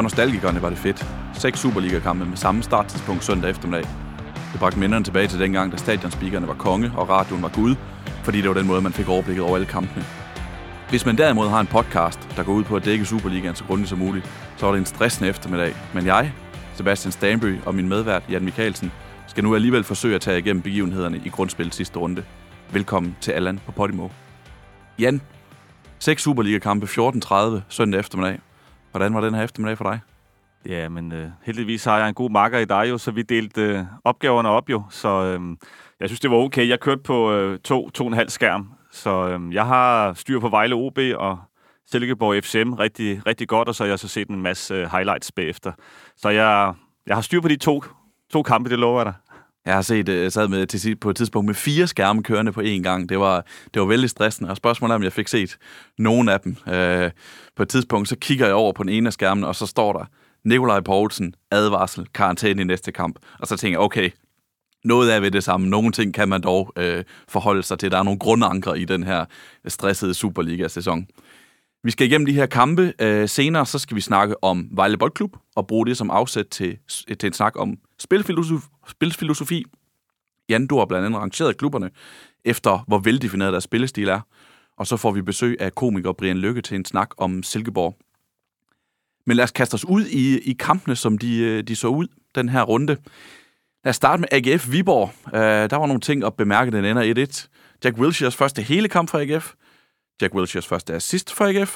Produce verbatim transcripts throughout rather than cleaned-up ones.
nostalgikerne var det fedt. Seks Superliga-kampe med samme starttidspunkt søndag eftermiddag. Det bragte minderne tilbage til dengang, da stadionspeakerne var konge og radioen var gud, fordi det var den måde, man fik overblikket over alle kampene. Hvis man derimod har en podcast, der går ud på at dække Superligaen så grundigt som muligt, så var det en stressende eftermiddag. Men jeg, Sebastian Stanbury og min medvært Jan Michaelsen skal nu alligevel forsøge at tage igennem begivenhederne i grundspillet sidste runde. Velkommen til Allan på Podimo. Jan, seks Superliga-kampe fjorten tredive søndag eftermiddag. Hvordan var den her eftermiddag for dig? Ja, men øh, heldigvis har jeg en god makker i dig jo, så vi delte øh, opgaverne op jo. Så øh, jeg synes, det var okay. Jeg kørte på øh, to, to og en halv skærm, så øh, jeg har styr på Vejle O B og Silkeborg F C M rigtig, rigtig godt, og så har jeg så set en masse øh, highlights bagefter. Så jeg, jeg har styr på de to, to kampe, det lover jeg dig. Jeg har set, jeg sad med, til, på et tidspunkt med fire skærme kørende på én gang. Det var, det var vældig stressende, og spørgsmålet er, om jeg fik set nogen af dem. Øh, på et tidspunkt, så kigger jeg over på den ene af skærmen, og så står der Nikolaj Poulsen, advarsel, karantæne i næste kamp. Og så tænker jeg, okay, noget er ved det samme. Nogle ting kan man dog øh, forholde sig til. Der er nogle grundanker i den her stressede Superliga-sæson. Vi skal igennem de her kampe. Øh, senere så skal vi snakke om Vejle Boldklub og bruge det som afsæt til, til en snak om spilfilosofi. spilfilosofi. Jan, du har blandt andet rangeret klubberne efter, hvor veldefineret deres spillestil er. Og så får vi besøg af komiker Brian Lykke til en snak om Silkeborg. Men lad os kaste os ud i, i kampene, som de, de så ud den her runde. Lad os starte med A G F Viborg. Uh, der var nogle ting at bemærke, den ender et et. Jack Wilsheres første hele kamp for A G F. Jack Wilsheres første assist for A G F.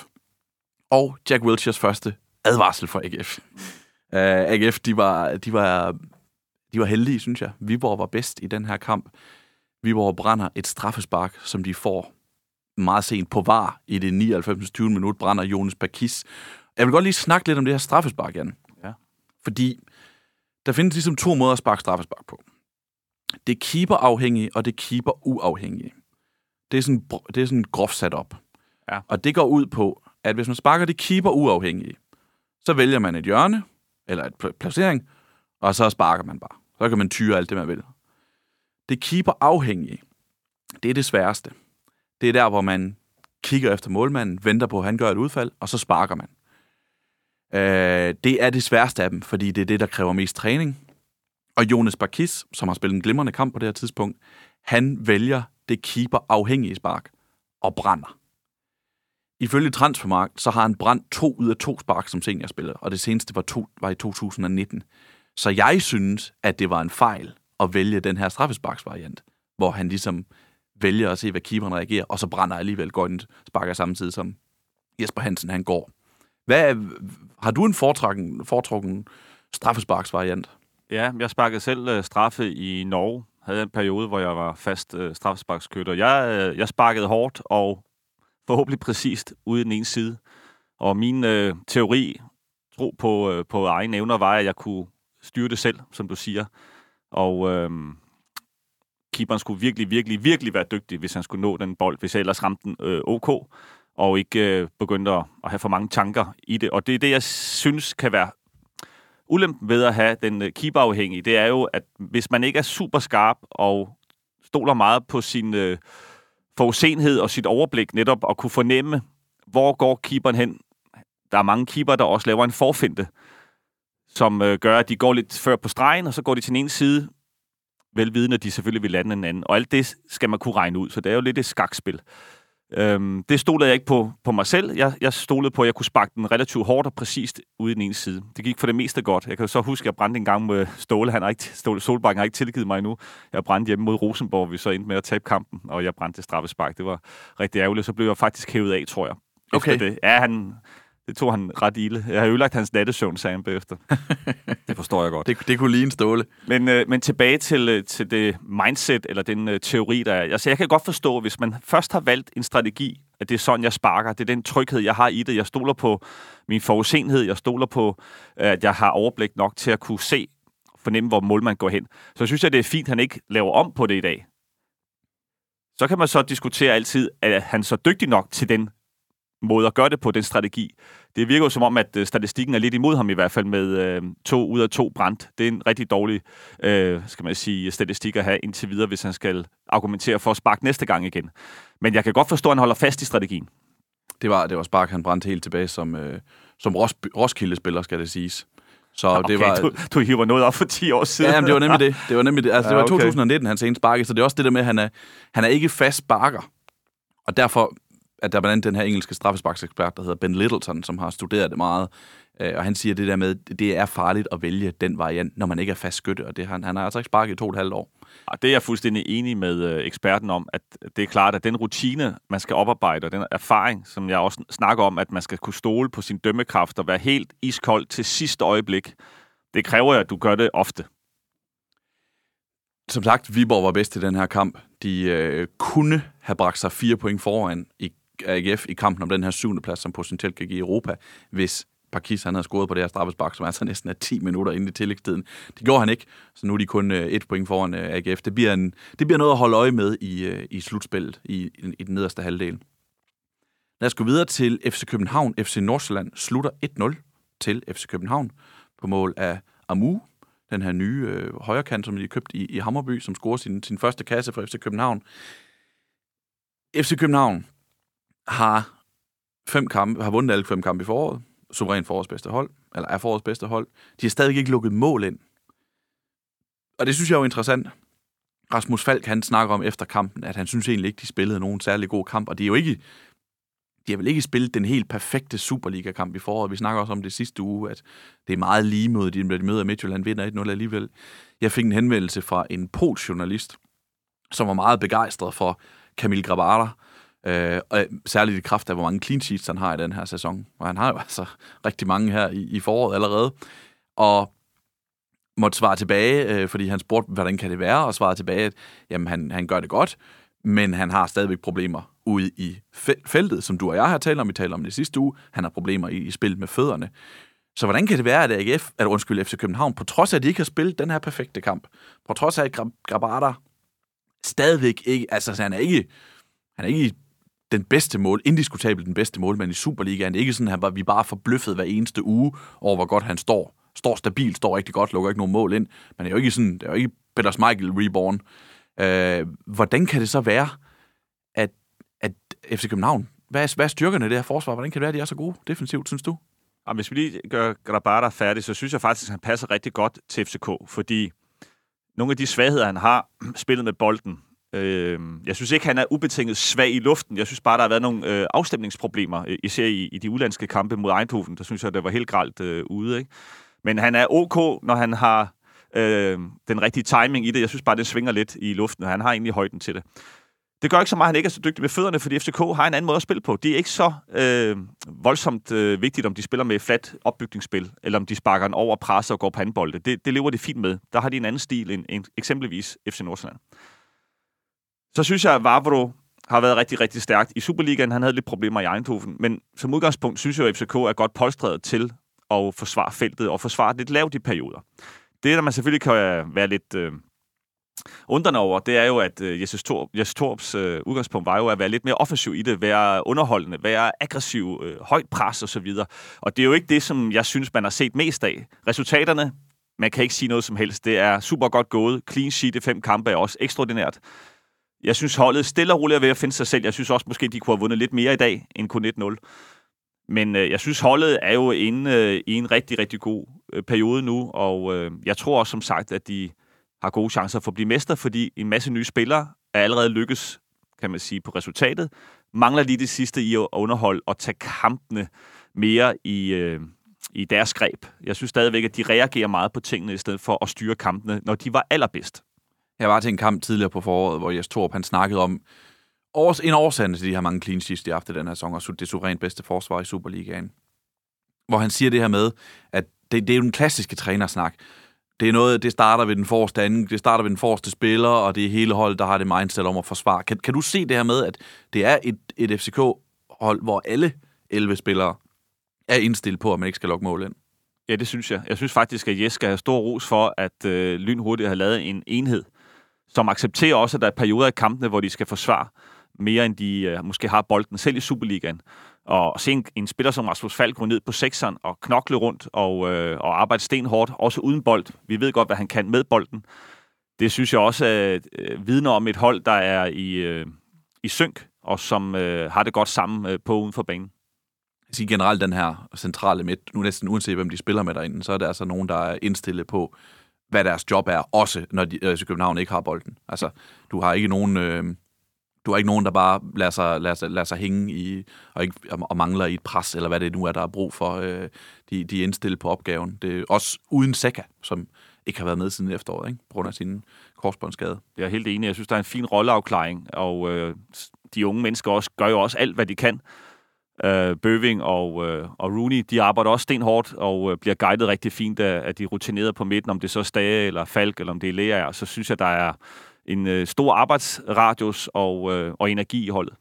Og Jack Wilsheres første advarsel for A G F. Uh, A G F, de var, de, var, de var heldige, synes jeg. Viborg var bedst i den her kamp. Viborg brænder et straffespark, som de får meget sent på var i det nioghalvfems tyve minut, brænder Jonas Bakis. Jeg vil godt lige snakke lidt om det her straffespark, Jan. Ja. Fordi der findes ligesom to måder at sparke straffespark på. Det er keeper-afhængige, og det er keeper-uafhængige. Det er sådan, det er sådan groft sat op. Ja. Og det går ud på, at hvis man sparker det keeper-uafhængige, så vælger man et hjørne, eller et placering, og så sparker man bare. Så kan man tyre alt det, man vil. Det keeper-afhængige, det er det sværeste. Det er der, hvor man kigger efter målmanden, venter på, at han gør et udfald, og så sparker man. Øh, det er det sværeste af dem, fordi det er det, der kræver mest træning. Og Jonas Bakis, som har spillet en glimrende kamp på det her tidspunkt, han vælger det keeper-afhængige spark og brænder. Ifølge Transfermarkt, så har han brændt to ud af to spark som seniorspiller, og det seneste var, to, var i to tusind nitten. Så jeg synes, at det var en fejl at vælge den her straffesparksvariant, hvor han ligesom vælger at se, hvad keeperen reagerer, og så brænder alligevel Gordon sparker samtidig som Jesper Hansen, han går. Hvad, har du en foretrukken, foretrukken straffesparksvariant? Ja, jeg sparkede selv uh, straffe i Norge. Havde en periode, hvor jeg var fast uh, straffesparkskytter. Jeg, uh, jeg sparkede hårdt og forhåbentlig præcist ude i den ene side. Og min uh, teori, tro på, uh, på egne evner, var, at jeg kunne styre det selv, som du siger. Og uh, keeperen skulle virkelig, virkelig, virkelig være dygtig, hvis han skulle nå den bold, hvis jeg ellers ramte den uh, ok, og ikke uh, begyndte at, at have for mange tanker i det. Og det er det, jeg synes kan være ulempen ved at have den uh, keeperafhængige. Det er jo, at hvis man ikke er super skarp og stoler meget på sin uh, forudsenhed og sit overblik netop, og kunne fornemme, hvor går keeperen hen. Der er mange keeper, der også laver en forfinte, som uh, gør, at de går lidt før på stregen, og så går de til den ene side, velvidende, at de selvfølgelig vil lande en anden. Og alt det skal man kunne regne ud, så det er jo lidt et skakspil. Øhm, det stolede jeg ikke på, på mig selv. Jeg, jeg stolede på, at jeg kunne sparke den relativt hårdt og præcist ude i den ene side. Det gik for det meste godt. Jeg kan jo så huske, at jeg brændte en gang med Ståle. Han har ikke, Ståle Solbakken har ikke tilgivet mig endnu. Jeg brændte hjemme mod Rosenborg, vi så endte med at tabe kampen, og jeg brændte straffespark. Det var rigtig ærgerligt. Så blev jeg faktisk hævet af, tror jeg. Okay. Det. Ja, han... Det tog han ret ilde. Jeg har ødelagt hans nattesøvn, sagde han bagefter. Det forstår jeg godt. Det, det kunne lige en Ståle. Men, øh, men tilbage til, øh, til det mindset, eller den øh, teori, der er. Altså, jeg kan godt forstå, hvis man først har valgt en strategi, at det er sådan, jeg sparker. Det er den tryghed, jeg har i det. Jeg stoler på min forudsenhed. Jeg stoler på, øh, at jeg har overblik nok til at kunne se, fornemme, hvor målmanden går hen. Så jeg synes, at det er fint, at han ikke laver om på det i dag. Så kan man så diskutere altid, at han er så dygtig nok til den måde at gøre det på, den strategi. Det virker jo som om, at statistikken er lidt imod ham i hvert fald med øh, to ud af to brændt. Det er en rigtig dårlig øh, skal man sige, statistik at have indtil videre, hvis han skal argumentere for at sparke næste gang igen. Men jeg kan godt forstå, at han holder fast i strategien. Det var, det var spark, han brændte helt tilbage som, øh, som Ros- Roskilde-spiller, skal det siges. Så okay, det var, du, du hiver noget op for ti år siden. Ja, men det var nemlig det. Det var nemlig det. Altså, ja, det var okay. to tusind og nitten, han senest sparkede, så det er også det der med, at han er, han er ikke fast sparker. Og derfor at der er blandt andet den her engelske straffesparksekspert, der hedder Ben Littleton, som har studeret det meget. Og han siger det der med, at det er farligt at vælge den variant, når man ikke er fast skytte. Og det, han, han har altså ikke sparket i to og et halvt år. Og det er jeg fuldstændig enig med eksperten om, at det er klart, at den rutine, man skal oparbejde, og den erfaring, som jeg også snakker om, at man skal kunne stole på sin dømmekraft og være helt iskold til sidste øjeblik, det kræver jo, at du gør det ofte. Som sagt, Viborg var bedst i den her kamp. De øh, kunne have bragt sig fire point foran i A G F i kampen om den her syvende plads, som potentielt kan give Europa, hvis Parkis han havde scoret på det her straffespark, som altså næsten er ti minutter inde i tillægstiden. Det gjorde han ikke, så nu er de kun øh, et point foran øh, A G F. Det bliver, en, det bliver noget at holde øje med i, øh, i slutspillet, i, i, i den nederste halvdel. Lad os gå videre til F C København. F C Nordsjælland slutter et nul til F C København på mål af Amu, den her nye øh, højrekant, som de har købt i, i Hammarby, som scorer sin, sin første kasse for F C København. F C København har fem kampe, har vundet alle fem kampe i foråret, suveræn forårets bedste hold, eller er forårets bedste hold. De har stadig ikke lukket mål ind. Og det synes jeg er jo interessant. Rasmus Falk, han snakker om efter kampen, at han synes egentlig ikke, de spillede nogen særlig god kamp, og det er jo ikke, de har vel ikke spillet den helt perfekte Superliga-kamp i foråret. Vi snakker også om det sidste uge, at det er meget lige mod, de møder Midtjylland, vinder et nul alligevel. Jeg fik en henvendelse fra en polsk journalist, som var meget begejstret for Kamil Grabara, øh, og særligt i kraft af, hvor mange clean sheets han har i den her sæson. Og han har jo altså rigtig mange her i, i foråret allerede. Og måtte svare tilbage, øh, fordi han spurgte, hvordan kan det være, og svare tilbage, at jamen, han, han gør det godt, men han har stadigvæk problemer ude i feltet, som du og jeg har talt om. Vi talte om det sidste uge. Han har problemer i, i spil med fødderne. Så hvordan kan det være, at A G F, at undskyld, F C København, på trods af, at de ikke har spillet den her perfekte kamp, på trods af, at Grabara stadigvæk ikke, altså han er ikke, han er ikke den bedste mål, indiskutabelt den bedste målmand i Superligaen. Det er ikke sådan, at han var, vi bare forbløffet hver eneste uge over, hvor godt han står. Står stabilt, står rigtig godt, lukker ikke nogen mål ind. Men det er jo ikke sådan, det er jo ikke Peter Schmeichel reborn. Øh, hvordan kan det så være, at, at F C København, hvad er, hvad er styrkerne i det her forsvar? Hvordan kan det være, at de er så gode defensivt, synes du? Og hvis vi lige gør Grabara færdig, så synes jeg faktisk, at han passer rigtig godt til F C K, fordi nogle af de svagheder, han har spillet med bolden, øh, jeg synes ikke, han er ubetinget svag i luften. Jeg synes bare, der har været nogle øh, afstemningsproblemer, især i, i de udlandske kampe mod Eindhoven. Der synes jeg, det var helt grelt øh, ude, ikke? Men han er ok, når han har øh, den rigtige timing i det. Jeg synes bare, det svinger lidt i luften, og han har egentlig højden til det. Det gør ikke så meget, at han ikke er så dygtig med fødderne, fordi F C K har en anden måde at spille på. Det er ikke så øh, voldsomt øh, vigtigt, om de spiller med flat opbygningsspil, eller om de sparker en over, presser og går på handbolde. Det, det lever de fint med. Der har de en anden stil end, end eksempelvis F C Nordsjælland. Så synes jeg, at Vavro har været rigtig, rigtig stærkt i Superligaen. Han havde lidt problemer i Eindhoven, men som udgangspunkt synes jeg, at F C K er godt polstret til at forsvare feltet og forsvare lidt lavt i perioder. Det, der man selvfølgelig kan være lidt øh, undrende over, det er jo, at øh, Jes Torp, Jes Torps øh, udgangspunkt var jo at være lidt mere offensiv i det, være underholdende, være aggressiv, øh, højt pres og så videre. Og det er jo ikke det, som jeg synes, man har set mest af. Resultaterne, man kan ikke sige noget som helst. Det er super godt gået. Clean sheet i fem kampe er også ekstraordinært. Jeg synes, holdet stille og roligt er ved at finde sig selv. Jeg synes også, måske de kunne have vundet lidt mere i dag end kun et nul. Men øh, jeg synes, holdet er jo inde øh, i en rigtig, rigtig god øh, periode nu, og øh, jeg tror også, som sagt, at de har gode chancer for at blive mester, fordi en masse nye spillere er allerede lykkes, kan man sige, på resultatet. Mangler lige det sidste i at underholde og tage kampene mere i, øh, i deres greb. Jeg synes stadigvæk, at de reagerer meget på tingene, i stedet for at styre kampene, når de var allerbedst. Jeg var til en kamp tidligere på foråret, hvor Jes Torp, han snakkede om en årsag til de her mange clean sheets, de har haft i den her sæson, og det suverænt bedste forsvar i Superligaen. Hvor han siger det her med, at det, det er jo den klassiske trænersnak. Det er noget, det starter ved den forreste anden, det starter ved den forreste spiller, og det er hele holdet, der har det mindset om at forsvare. Kan, kan du se det her med, at det er et, et F C K-hold, hvor alle elleve spillere er indstillet på, at man ikke skal lukke mål ind? Ja, det synes jeg. Jeg synes faktisk, at Jes skal have stor ros for, at øh, lynhurtigt har lavet en enhed, som accepterer også, at der er perioder i kampene, hvor de skal forsvare mere, end de øh, måske har bolden selv i Superligaen. Og se en, en spiller som Rasmus Falk gå ned på sekseren og knokle rundt og, øh, og arbejde stenhårdt, også uden bold. Vi ved godt, hvad han kan med bolden. Det synes jeg også øh, vidner om et hold, der er i, øh, i synk, og som øh, har det godt sammen øh, på uden for banen. sige generelt den her centrale midt, nu næsten uanset hvem de spiller med derinde, så er der altså nogen, der er indstillet på, hvad deres job er, også når de, øh, København ikke har bolden. Altså, du har ikke nogen, øh, du har ikke nogen, der bare lader sig, lader sig, lader sig hænge i, og, ikke, og mangler i et pres, eller hvad det nu er, der er brug for. Øh, de, de er indstillet på opgaven. Det er også uden Seca, som ikke har været med siden efteråret, ikke? På grund af sin korsbåndsskade. Jeg er helt enig. Jeg synes, der er en fin rolleafklaring, og øh, de unge mennesker også, gør jo også alt, hvad de kan. Øh, Bøving og, øh, og Rooney, de arbejder også stenhårdt og øh, bliver guidet rigtig fint af, af de rutinerede på midten, om det så er Stage eller Falk, eller om det er Lea, så synes jeg, der er en øh, stor arbejdsradius og, øh, og energi i holdet.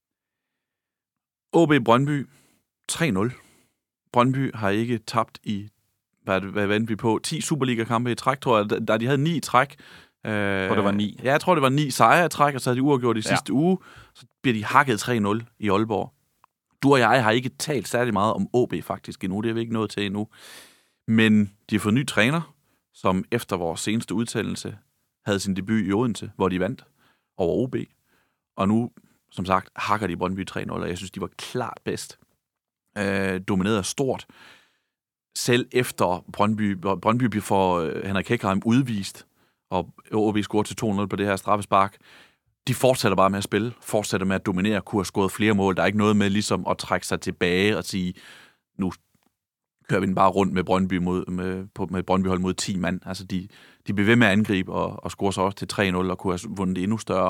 O B Brøndby tre nul. Brøndby har ikke tabt i, hvad, hvad vendte vi på, ti Superliga-kampe i træk, tror jeg. Da de havde ni i træk. Øh, jeg tror, det var ni. Ja, jeg tror, det var ni sejre i træk, og så havde de uafgjort i ja. sidste uge. Så bliver de hakket tre nul i Aalborg. Du og jeg har ikke talt særlig meget om O B faktisk endnu, det er vi ikke nået til endnu. Men de har fået en ny træner, som efter vores seneste udtalelse havde sin debut i Odense, hvor de vandt over O B. Og nu, som sagt, hakker de Brøndby tre nul, og jeg synes, de var klart bedst. Øh, domineret stort. Selv efter Brøndby, Brøndby får øh, Henrik Hækheim udvist, og O B scorer til to nul på det her straffespark. De fortsætter bare med at spille, fortsætter med at dominere, kunne have scoret flere mål. Der er ikke noget med ligesom at trække sig tilbage og sige, nu kører vi den bare rundt med Brøndby mod, med, på, med Brøndby-hold mod ti mand. Altså, de, de bliver ved med at angribe og, og score sig også til tre nul og kunne have vundet det endnu større.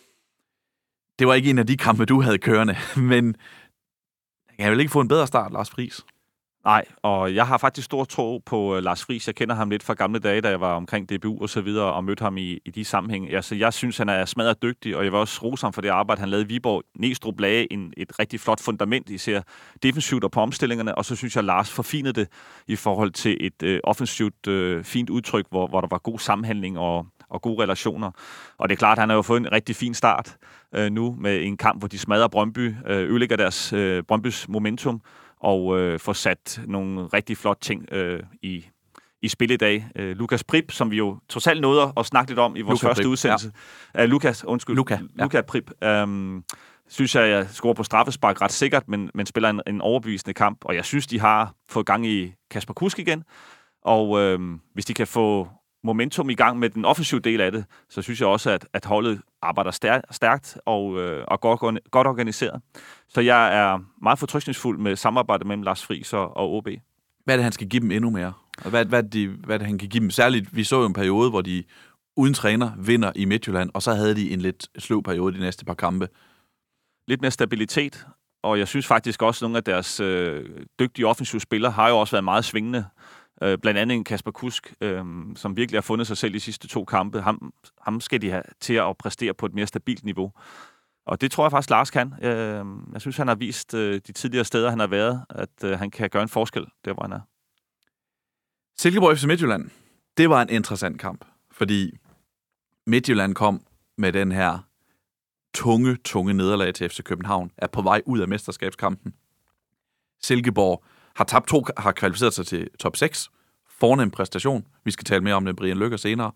Det var ikke en af de kampe, du havde kørende, men jeg kan vel ikke få en bedre start, Lars Friis? Nej, og jeg har faktisk stor tro på uh, Lars Friis. Jeg kender ham lidt fra gamle dage, da jeg var omkring D B U og så videre, og mødte ham i, i de sammenhæng. Altså, jeg synes, han er smadret dygtig, og jeg vil også rose ham for det arbejde, han lavede i Viborg. Næstrup lagde en, et rigtig flot fundament, især defensivt og på omstillingerne, og så synes jeg, Lars forfinede det i forhold til et øh, offensivt øh, fint udtryk, hvor, hvor der var god sammenhandling og, og gode relationer. Og det er klart, at han har jo fået en rigtig fin start øh, nu med en kamp, hvor de smadrer Brøndby, øh, ødelægger deres øh, Brøndbys momentum, og øh, få sat nogle rigtig flotte ting øh, i, i spil i dag. Øh, Lukas Prip, som vi jo trods alt nåede at snakke lidt om i vores Luka første Prip, udsendelse. Ja. Uh, Lukas, undskyld. Luka, ja. Luka Prip. Um, synes jeg, jeg scorer på straffespark ret sikkert, men, men spiller en, en overbevisende kamp. Og jeg synes, de har fået gang i Kasper Kusk igen. Og øh, hvis de kan få momentum i gang med den offensive del af det, så synes jeg også, at, at holdet arbejder stær- stærkt og, øh, og godt, godt organiseret. Så jeg er meget fortrøstningsfuld med samarbejdet mellem Lars Friis og, og O B. Hvad er det, han skal give dem endnu mere? Hvad, hvad, de, hvad er det, han kan give dem? Særligt, vi så jo en periode, hvor de uden træner vinder i Midtjylland, og så havde de en lidt sløv periode de næste par kampe. Lidt mere stabilitet, og jeg synes faktisk også, at nogle af deres øh, dygtige offensive spillere har jo også været meget svingende. Øh, blandt andet en Kasper Kusk, øh, som virkelig har fundet sig selv i sidste to kampe. Ham, ham skal de have til at præstere på et mere stabilt niveau. Og det tror jeg faktisk, Lars kan. Øh, jeg synes, han har vist øh, de tidligere steder, han har været, at øh, han kan gøre en forskel der, hvor han er. Silkeborg F C Midtjylland, det var en interessant kamp, fordi Midtjylland kom med den her tunge, tunge nederlag til F C København, er på vej ud af mesterskabskampen. Silkeborg har tabt to, har kvalificeret sig til top seks. Fornem præstation. Vi skal tale mere om det, Brian Løkker senere.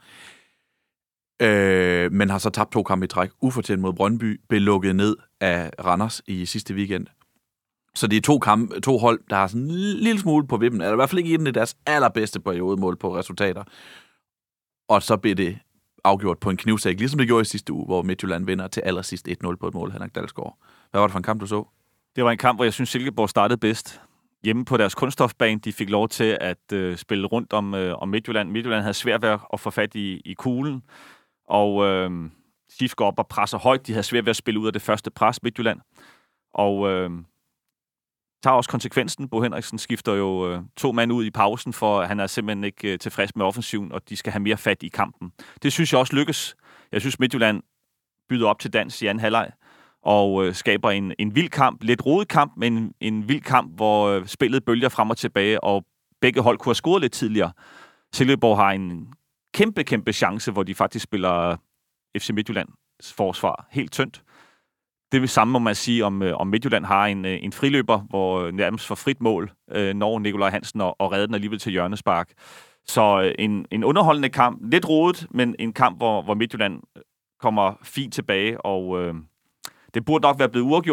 Øh, men har så tabt to kampe i træk. Ufortjent mod Brøndby, blev lukket ned af Randers i sidste weekend. Så det er to, kampe, to hold, der har sådan en lille smule på vippen, eller i hvert fald ikke en af deres allerbedste periodemål på resultater. Og så blev det afgjort på en knivsæk, ligesom det gjorde i sidste uge, hvor Midtjylland vinder til allersidst et nul på et mål, Henrik Dalsgaard. Hvad var det for en kamp, du så? Det var en kamp, hvor jeg synes, Silkeborg startede bedst. Hjemme på deres kunststofbane, de fik lov til at øh, spille rundt om, øh, om Midtjylland. Midtjylland havde svært ved at få fat i, i kuglen, og øh, Sif går op og presser højt. De havde svært ved at spille ud af det første pres, Midtjylland. Og øh, tager også konsekvensen. Bo Henriksen skifter jo øh, to mand ud i pausen, for han er simpelthen ikke øh, tilfreds med offensiven, og de skal have mere fat i kampen. Det synes jeg også lykkes. Jeg synes, Midtjylland byder op til dans i anden halvleg, og øh, skaber en, en vild kamp, lidt rodet kamp, men en vild kamp, hvor øh, spillet bølger frem og tilbage, og begge hold kunne have scoret lidt tidligere. Silkeborg har en kæmpe, kæmpe chance, hvor de faktisk spiller F C Midtjyllands forsvar helt tyndt. Det vil samme, må man sige, om, om Midtjylland har en, en friløber, hvor nærmest for frit mål øh, når Nikolaj Hansen og, og redder den alligevel til hjørnespark. Så øh, en, en underholdende kamp, lidt rodet, men en kamp, hvor, hvor Midtjylland kommer fint tilbage, og øh, det burde nok være blevet uafgjort,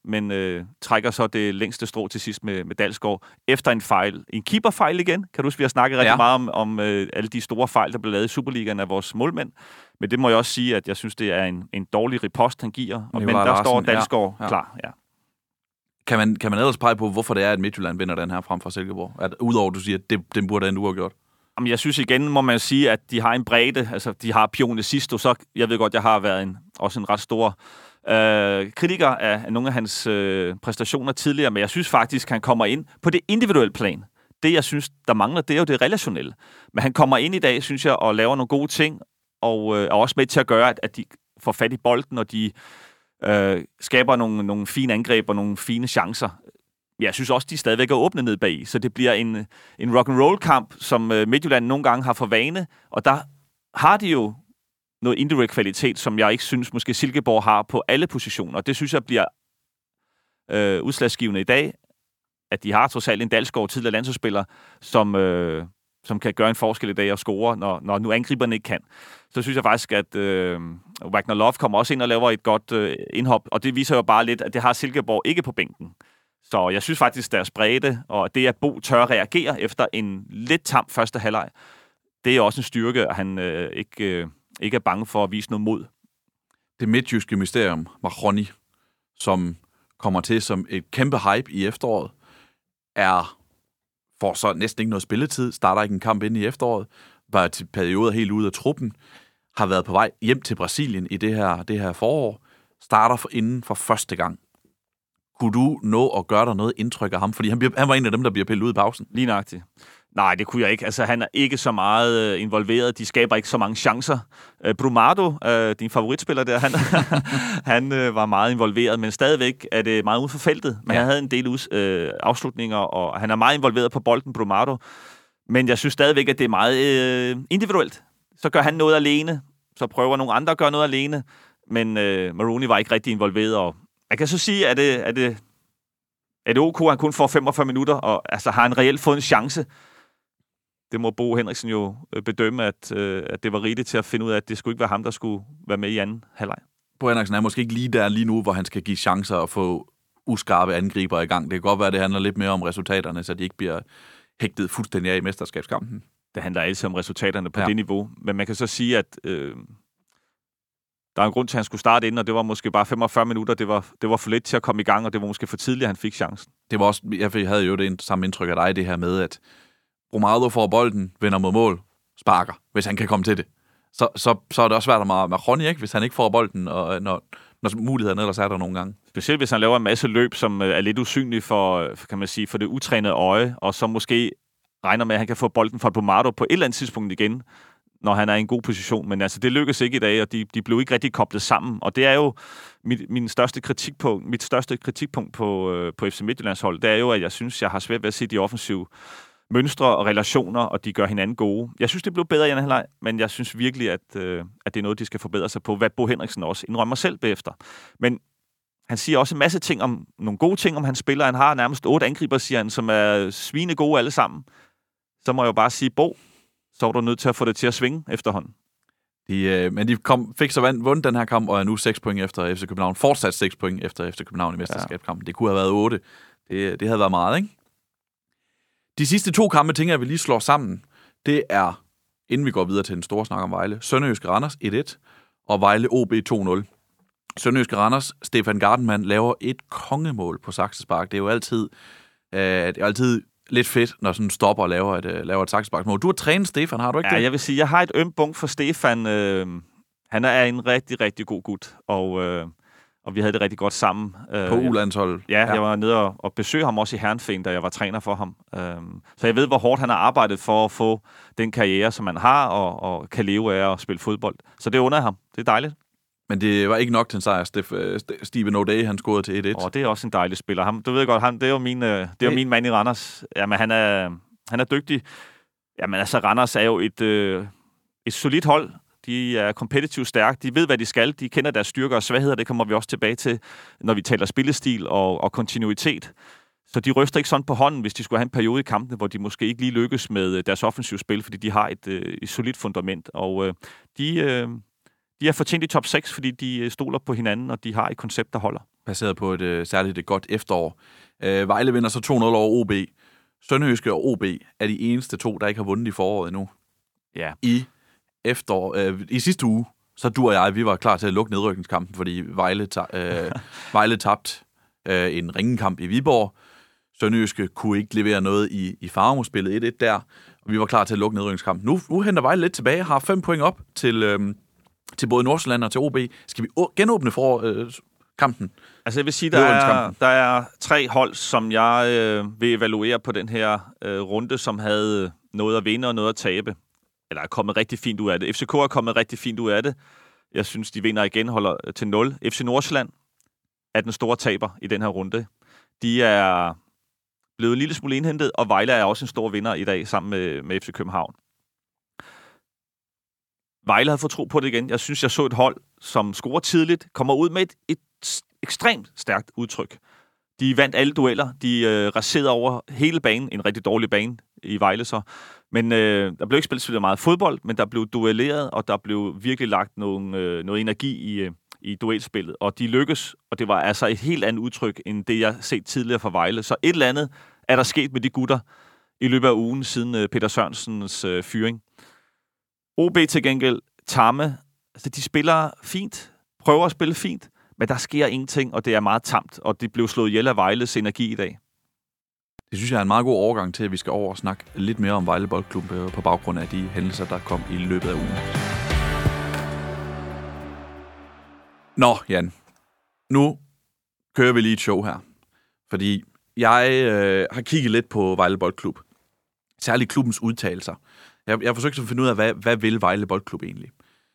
men øh, trækker så det længste strå til sidst med, med Dalsgaard efter en fejl. En keeperfejl igen. Kan du huske, vi har snakket rigtig ja. meget om, om øh, alle de store fejl, der blev lavet i Superligaen af vores målmænd. Men det må jeg også sige, at jeg synes, det er en, en dårlig ripost, han giver. Og, men der Larsen, står Dalsgaard ja. Ja. klar. Ja. Kan man, kan man ellers pege på, hvorfor det er, at Midtjylland vinder den her frem for Silkeborg? At, udover, du siger, at det, den burde have uafgjort. Jamen, jeg synes igen, må man sige, at de har en bredde. Altså, de har Pione Sisto, så jeg ved godt, jeg har været en, også en ret stor øh, kritiker af, af nogle af hans øh, præstationer tidligere, men jeg synes faktisk, han kommer ind på det individuelle plan. Det, jeg synes, der mangler, det er jo det relationelle. Men han kommer ind i dag, synes jeg, og laver nogle gode ting, og øh, er også med til at gøre, at, at de får fat i bolden, og de øh, skaber nogle, nogle fine angreb og nogle fine chancer. Jeg synes også, de stadigvæk er åbne ned bag, så det bliver en, en rock'n'roll-kamp, som øh, Midtjylland nogle gange har for vane, og der har de jo noget individuel kvalitet, som jeg ikke synes, måske Silkeborg har på alle positioner. Det synes jeg bliver øh, udslagsgivende i dag, at de har trods alt en Dalsgaard, tidligere landsholdsspiller, som, øh, som kan gøre en forskel i dag og score, når, når nu angriberne ikke kan. Så synes jeg faktisk, at øh, Wagner Love kommer også ind og laver et godt øh, indhop, og det viser jo bare lidt, at det har Silkeborg ikke på bænken. Så jeg synes faktisk, deres bredde, og det, at Bo tør reagere efter en lidt tam første halvleg, det er også en styrke, at han øh, ikke, øh, ikke er bange for at vise noget mod. Det midtjyske mysterium var Ronny, som kommer til som et kæmpe hype i efteråret, er får så næsten ikke noget spilletid, starter ikke en kamp ind i efteråret, var til perioder helt ude af truppen, har været på vej hjem til Brasilien i det her, det her forår, starter for inden for første gang. Kunne du nå at gøre dig noget indtryk af ham? Fordi han, bliver, han var en af dem, der bliver pillet ud i pausen. Lige nøjagtigt. Nej, det kunne jeg ikke. Altså, han er ikke så meget øh, involveret. De skaber ikke så mange chancer. Øh, Brumado, øh, din favoritspiller der, han, han øh, var meget involveret, men stadigvæk er det meget ude for feltet. Men ja. Han havde en del us, øh, afslutninger, og han er meget involveret på bolden, Brumado. Men jeg synes stadigvæk, at det er meget øh, individuelt. Så gør han noget alene, så prøver nogle andre at gøre noget alene, men øh, Maroney var ikke rigtig involveret, og jeg kan så sige, at det, er det, er det ok, at han kun får femogfyrre minutter, og altså, har han reelt fået en chance? Det må Bo Henriksen jo bedømme, at, øh, at det var rigtigt til at finde ud af, at det skulle ikke være ham, der skulle være med i anden halvleg. Bo Henriksen er måske ikke lige der lige nu, hvor han skal give chancer og få uskarpe angriber i gang. Det kan godt være, at det handler lidt mere om resultaterne, så de ikke bliver hægtet fuldstændig af i mesterskabskampen. Det handler altid om resultaterne på ja. det niveau. Men man kan så sige, at øh, der er en grund til, at han skulle starte ind, og det var måske bare femogfyrre minutter. Det var, det var for lidt til at komme i gang, og det var måske for tidligt, at han fik chancen. Det var også, jeg havde jo det samme indtryk af dig, det her med, at Brumado får bolden, vender mod mål, sparker, hvis han kan komme til det. Så, så, så er det også svært med, med Ronny, ikke? Hvis han ikke får bolden, og når, når mulighederne ellers er der nogle gange. Specielt hvis han laver en masse løb, som er lidt usynlig for, kan man sige, for det utrænede øje, og så måske regner med, at han kan få bolden fra Brumado på et eller andet tidspunkt igen, når han er i en god position. Men altså, det lykkes ikke i dag, og de, de blev ikke rigtig koblet sammen. Og det er jo mit, min største kritikpunkt, mit største kritikpunkt på, øh, på F C Midtjyllands hold, det er jo, at jeg synes, jeg har svært ved at se de offensive mønstre og relationer, og de gør hinanden gode. Jeg synes, det blev bedre i anden halvleg, men jeg synes virkelig, at, øh, at det er noget, de skal forbedre sig på, hvad Bo Henriksen også indrømmer selv bagefter. Men han siger også en masse ting om, nogle gode ting om hans spiller. Han har nærmest otte angriber, siger han, som er svine gode alle sammen. Så må jeg jo bare sige, Bo, så er du nødt til at få det til at svinge efterhånden. De, øh, men de kom, fik så vand, vundet den her kamp, og er nu seks point efter F C København. Fortsat seks point efter F C København i mesterskabskampen. Ja. Det kunne have været otte. Det, det havde været meget, ikke? De sidste to kampe, tænker jeg, vi lige slår sammen. Det er, inden vi går videre til den store snak om Vejle, Sønderjyske Randers et et og Vejle O B to nul. Sønderjyske Randers, Stefan Gardenman laver et kongemål på saksespark. Det er jo altid, øh, det er altid lidt fedt, når sådan stopper og laver et, øh, laver et saksesparksmål. Du har trænet Stefan, har du ikke ja, det? Ja, jeg vil sige, jeg har et ømt punkt for Stefan. Øh, han er en rigtig, rigtig god gut, og... Øh Og vi havde det rigtig godt sammen. På U-landsholdet. Ja, ja, jeg var nede og, og besøgte ham også i Herrenfeen, da jeg var træner for ham. Um, så jeg ved, hvor hårdt han har arbejdet for at få den karriere, som han har, og, og kan leve af at spille fodbold. Så det under ham. Det er dejligt. Men det var ikke nok til en sejr. Steven O'Day, han scorede til et et. Og det er også en dejlig spiller. Ham, du ved godt, han, det er jo min, det er jo min mand i Randers. Jamen, han er, han er dygtig. Jamen, altså, Randers er jo et, et solidt hold. De er kompetitivt stærke, de ved, hvad de skal, de kender deres styrker og svagheder, det kommer vi også tilbage til, når vi taler spillestil og, og kontinuitet. Så de ryster ikke sådan på hånden, hvis de skulle have en periode i kampene, hvor de måske ikke lige lykkes med deres offensive spil, fordi de har et, et solidt fundament. Og øh, de, øh, de er fortjent i top seks, fordi de stoler på hinanden, og de har et koncept, der holder. baseret på et øh, særligt et godt efterår. Øh, Vejle vinder så to nul over O B. Sønderjyske og O B er de eneste to, der ikke har vundet i foråret endnu. Ja. I efterår, øh, i sidste uge, så du og jeg, vi var klar til at lukke nedrykningskampen, fordi Vejle, ta- øh, Vejle tabte øh, en ringekamp i Viborg. Sønderjyske kunne ikke levere noget i, i Farmo-spillet et et der, og vi var klar til at lukke nedrykningskampen. Nu, nu henter Vejle lidt tilbage, har fem point op til, øh, til både Nordsjælland og til O B. Skal vi å- genåbne for øh, kampen? Altså jeg vil sige, der er, der er tre hold, som jeg øh, vil evaluere på den her øh, runde, som havde noget at vinde og noget at tabe. Eller er kommet rigtig fint ud af det. F C K er kommet rigtig fint ud af det. Jeg synes, de vinder igen, holder til nul. F C Nordsjælland er den store taber i den her runde. De er blevet en lille smule indhentet, og Vejle er også en stor vinder i dag sammen med, med F C København. Vejle havde fået tro på det igen. Jeg synes, jeg så et hold, som scorer tidligt, kommer ud med et, et ekstremt stærkt udtryk. De vandt alle dueller. De øh, raserede over hele banen. En rigtig dårlig bane i Vejle så. Men øh, der blev ikke spillet så meget fodbold, men der blev duelleret, og der blev virkelig lagt nogle, øh, noget energi i, øh, i duelspillet. Og de lykkes, og det var altså et helt andet udtryk, end det, jeg har set tidligere fra Vejle. Så et eller andet er der sket med de gutter i løbet af ugen, siden øh, Peter Sørensens øh, fyring. O B til gengæld, tamme, altså de spiller fint, prøver at spille fint, men der sker ingenting, og det er meget tamt, og det blev slået ihjel af Vejles energi i dag. Det synes jeg er en meget god overgang til, at vi skal over og snakke lidt mere om Vejle Boldklub på baggrund af de hændelser, der kom i løbet af ugen. Nå, Jan. Nu kører vi lige et show her. Fordi jeg øh, har kigget lidt på Vejle Boldklub. Særligt klubbens udtalelser. Jeg, jeg har forsøgt at finde ud af, hvad, hvad vil Vejle Boldklub egentlig?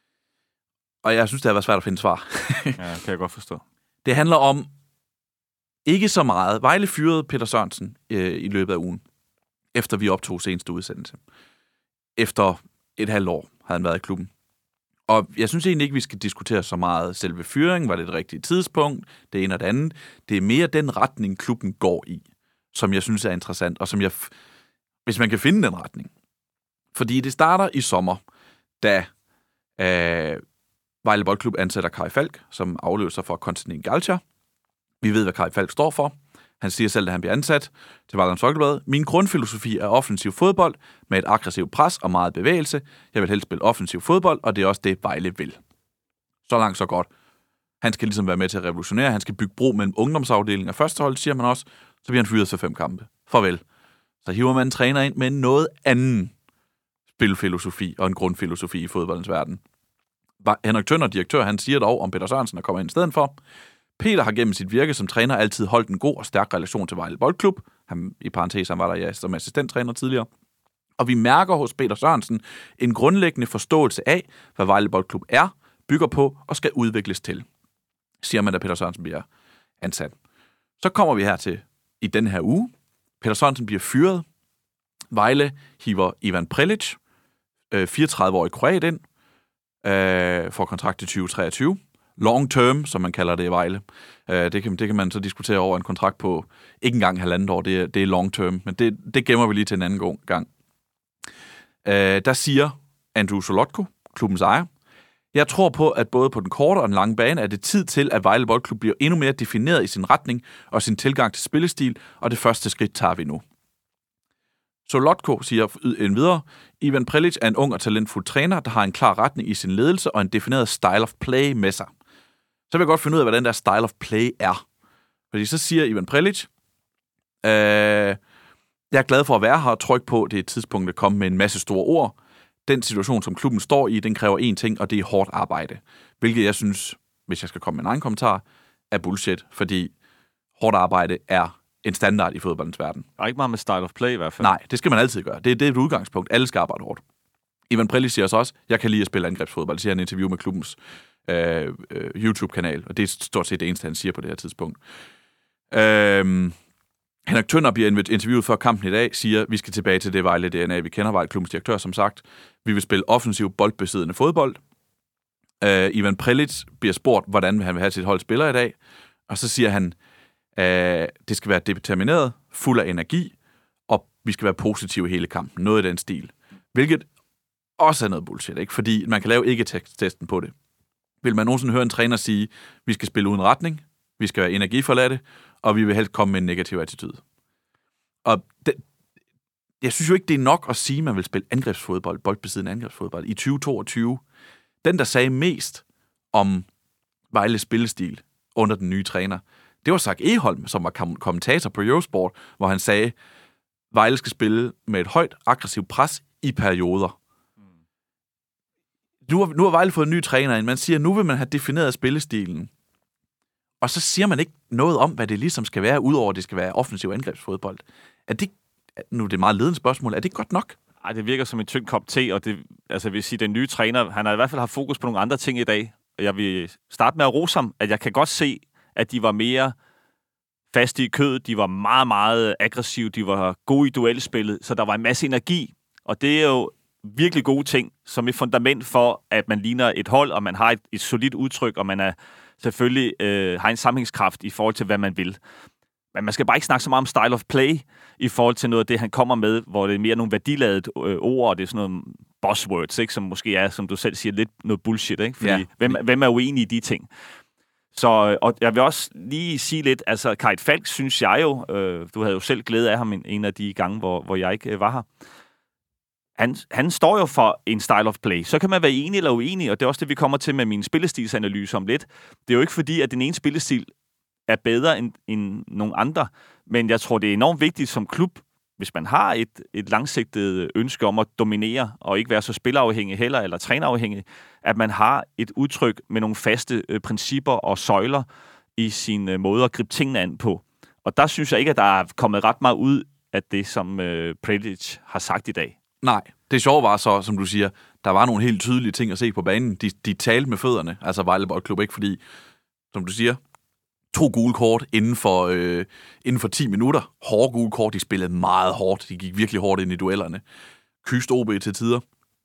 Og jeg synes, det har været svært at finde svar. Ja, kan jeg godt forstå. Det handler om ikke så meget. Vejle fyrede Peter Sørensen øh, i løbet af ugen, efter vi optog seneste udsendelse. Efter et halvt år havde han været i klubben. Og jeg synes egentlig ikke, vi skal diskutere så meget selve fyringen. Var det et rigtigt tidspunkt? Det ene og det andet. Det er mere den retning, klubben går i, som jeg synes er interessant, og som jeg, hvis man kan finde den retning. Fordi det starter i sommer, da øh, Vejle Boldklub ansætter Kai Falk, som afløser for Konstantin Galcha. Vi ved, hvad Kai Falk står for. Han siger selv, da han bliver ansat til Vejle Folkeblad: min grundfilosofi er offensiv fodbold med et aggressivt pres og meget bevægelse. Jeg vil helst spille offensiv fodbold, og det er også det, Vejle vil. Så langt, så godt. Han skal ligesom være med til at revolutionere. Han skal bygge bro mellem ungdomsafdelingen og førstehold, siger man også. Så bliver han fyret for fem kampe. Farvel. Så hiver man en træner ind med noget anden spilfilosofi og en grundfilosofi i fodboldens verden. Henrik Tønder, direktør, han siger dog om Peter Sørensen, der kommer ind i stedet for: Peter har gennem sit virke som træner altid holdt en god og stærk relation til Vejle Boldklub. Han, i parentes, han var der ja, som assistenttræner tidligere. Og vi mærker hos Peter Sørensen en grundlæggende forståelse af, hvad Vejle Boldklub er, bygger på og skal udvikles til, siger man, da Peter Sørensen bliver ansat. Så kommer vi her til i den her uge. Peter Sørensen bliver fyret. Vejle hiver Ivan Prelic, øh, fireogtredive-årig kroat ind, øh, for kontrakt til tyve treogtyve. Long term, som man kalder det i Vejle. Øh, det, kan, det kan man så diskutere over en kontrakt på ikke engang halvandet år. Det er, det er long term, men det, det gemmer vi lige til en anden gang. Øh, der siger Andrew Solotko, klubbens ejer: jeg tror på, at både på den korte og den lange bane er det tid til, at Vejle Boldklub bliver endnu mere defineret i sin retning og sin tilgang til spillestil, og det første skridt tager vi nu. Solotko siger endvidere: Ivan Prelic er en ung og talentfuld træner, der har en klar retning i sin ledelse og en defineret style of play med sig. Så vil jeg godt finde ud af, hvad den der style of play er. Fordi så siger Ivan Prelic: øh, jeg er glad for at være her og tryk på, det er et tidspunkt at komme med en masse store ord. Den situation, som klubben står i, den kræver én ting, og det er hårdt arbejde. Hvilket jeg synes, hvis jeg skal komme med en egen kommentar, er bullshit, fordi hårdt arbejde er en standard i fodboldens verden. Der er ikke meget med style of play i hvert fald. Nej, det skal man altid gøre. Det, det er et udgangspunkt. Alle skal arbejde hårdt. Ivan Prelic siger også, jeg kan lide at spille angrebsfodbold. Det siger han i en interview med klubbens øh, øh, YouTube-kanal, og det er stort set det eneste, han siger på det her tidspunkt. Øh, Henrik Tønder bliver interviewet før kampen i dag, siger, vi skal tilbage til det Vejle D N A, vi kender. Vejle klubbens direktør, som sagt. Vi vil spille offensiv, boldbesiddende fodbold. Øh, Ivan Prelic bliver spurgt, hvordan han vil have sit hold spiller i dag, og så siger han, øh, det skal være determineret, fuld af energi, og vi skal være positive i hele kampen. Noget i den stil. Hvilket også er noget bullshit, ikke? Fordi man kan lave ikke-testen på det. Vil man nogensinde høre en træner sige, vi skal spille uden retning, vi skal være energiforladte, og vi vil helst komme med en negativ attitude. Og det, jeg synes jo ikke, det er nok at sige, at man vil spille angrebsfodbold, boldbesiddende angrebsfodbold i tyve toogtyve. Den, der sagde mest om Vejles spillestil under den nye træner, det var Zach Egholm, som var kommentator på Eurosport, hvor han sagde, at Vejle skal spille med et højt, aggressivt pres i perioder. Nu har, nu har Vejle fået en ny træner ind. Man siger, at nu vil man have defineret spillestilen. Og så siger man ikke noget om, hvad det ligesom skal være, udover at det skal være offensiv angrebsfodbold. Er det, nu er det et meget ledende spørgsmål, er det godt nok? Ej, det virker som en tynd kop te, og det, altså vil sige, den nye træner, han har i hvert fald haft fokus på nogle andre ting i dag. Og jeg vil starte med at rose ham, at jeg kan godt se, at de var mere faste i kødet, de var meget, meget aggressive, de var gode i duelspillet, så der var en masse energi, og det er jo virkelig gode ting, som et fundament for, at man ligner et hold, og man har et, et solidt udtryk, og man er selvfølgelig øh, har en sammenhængskraft i forhold til, hvad man vil. Men man skal bare ikke snakke så meget om style of play, i forhold til noget af det, han kommer med, hvor det er mere nogle værdiladede øh, ord, og det er sådan nogle buzzwords, ikke? Som måske er, som du selv siger, lidt noget bullshit, ikke? Fordi ja. hvem, hvem er uenig i de ting? Så, og jeg vil også lige sige lidt, altså Kite Falk, synes jeg jo, øh, du havde jo selv glæde af ham en, en af de gange, hvor, hvor jeg ikke øh, var her. Han, han står jo for en style of play. Så kan man være enig eller uenig, og det er også det, vi kommer til med min spillestilsanalyse om lidt. Det er jo ikke fordi, at den ene spillestil er bedre end, end nogle andre, men jeg tror, det er enormt vigtigt som klub, hvis man har et, et langsigtet ønske om at dominere, og ikke være så spilafhængig heller, eller trænerafhængig, at man har et udtryk med nogle faste øh, principper og søjler i sin øh, måde at gribe tingene an på. Og der synes jeg ikke, at der er kommet ret meget ud af det, som øh, Predic har sagt i dag. Nej, det sjove var så, som du siger, der var nogle helt tydelige ting at se på banen. De, de talte med fødderne, altså Vejle Boldklub, ikke? Fordi, som du siger, to gule kort inden for, øh, inden for ti minutter. Hårde gule kort, de spillede meget hårdt. De gik virkelig hårdt ind i duellerne. Kyst O B til tider.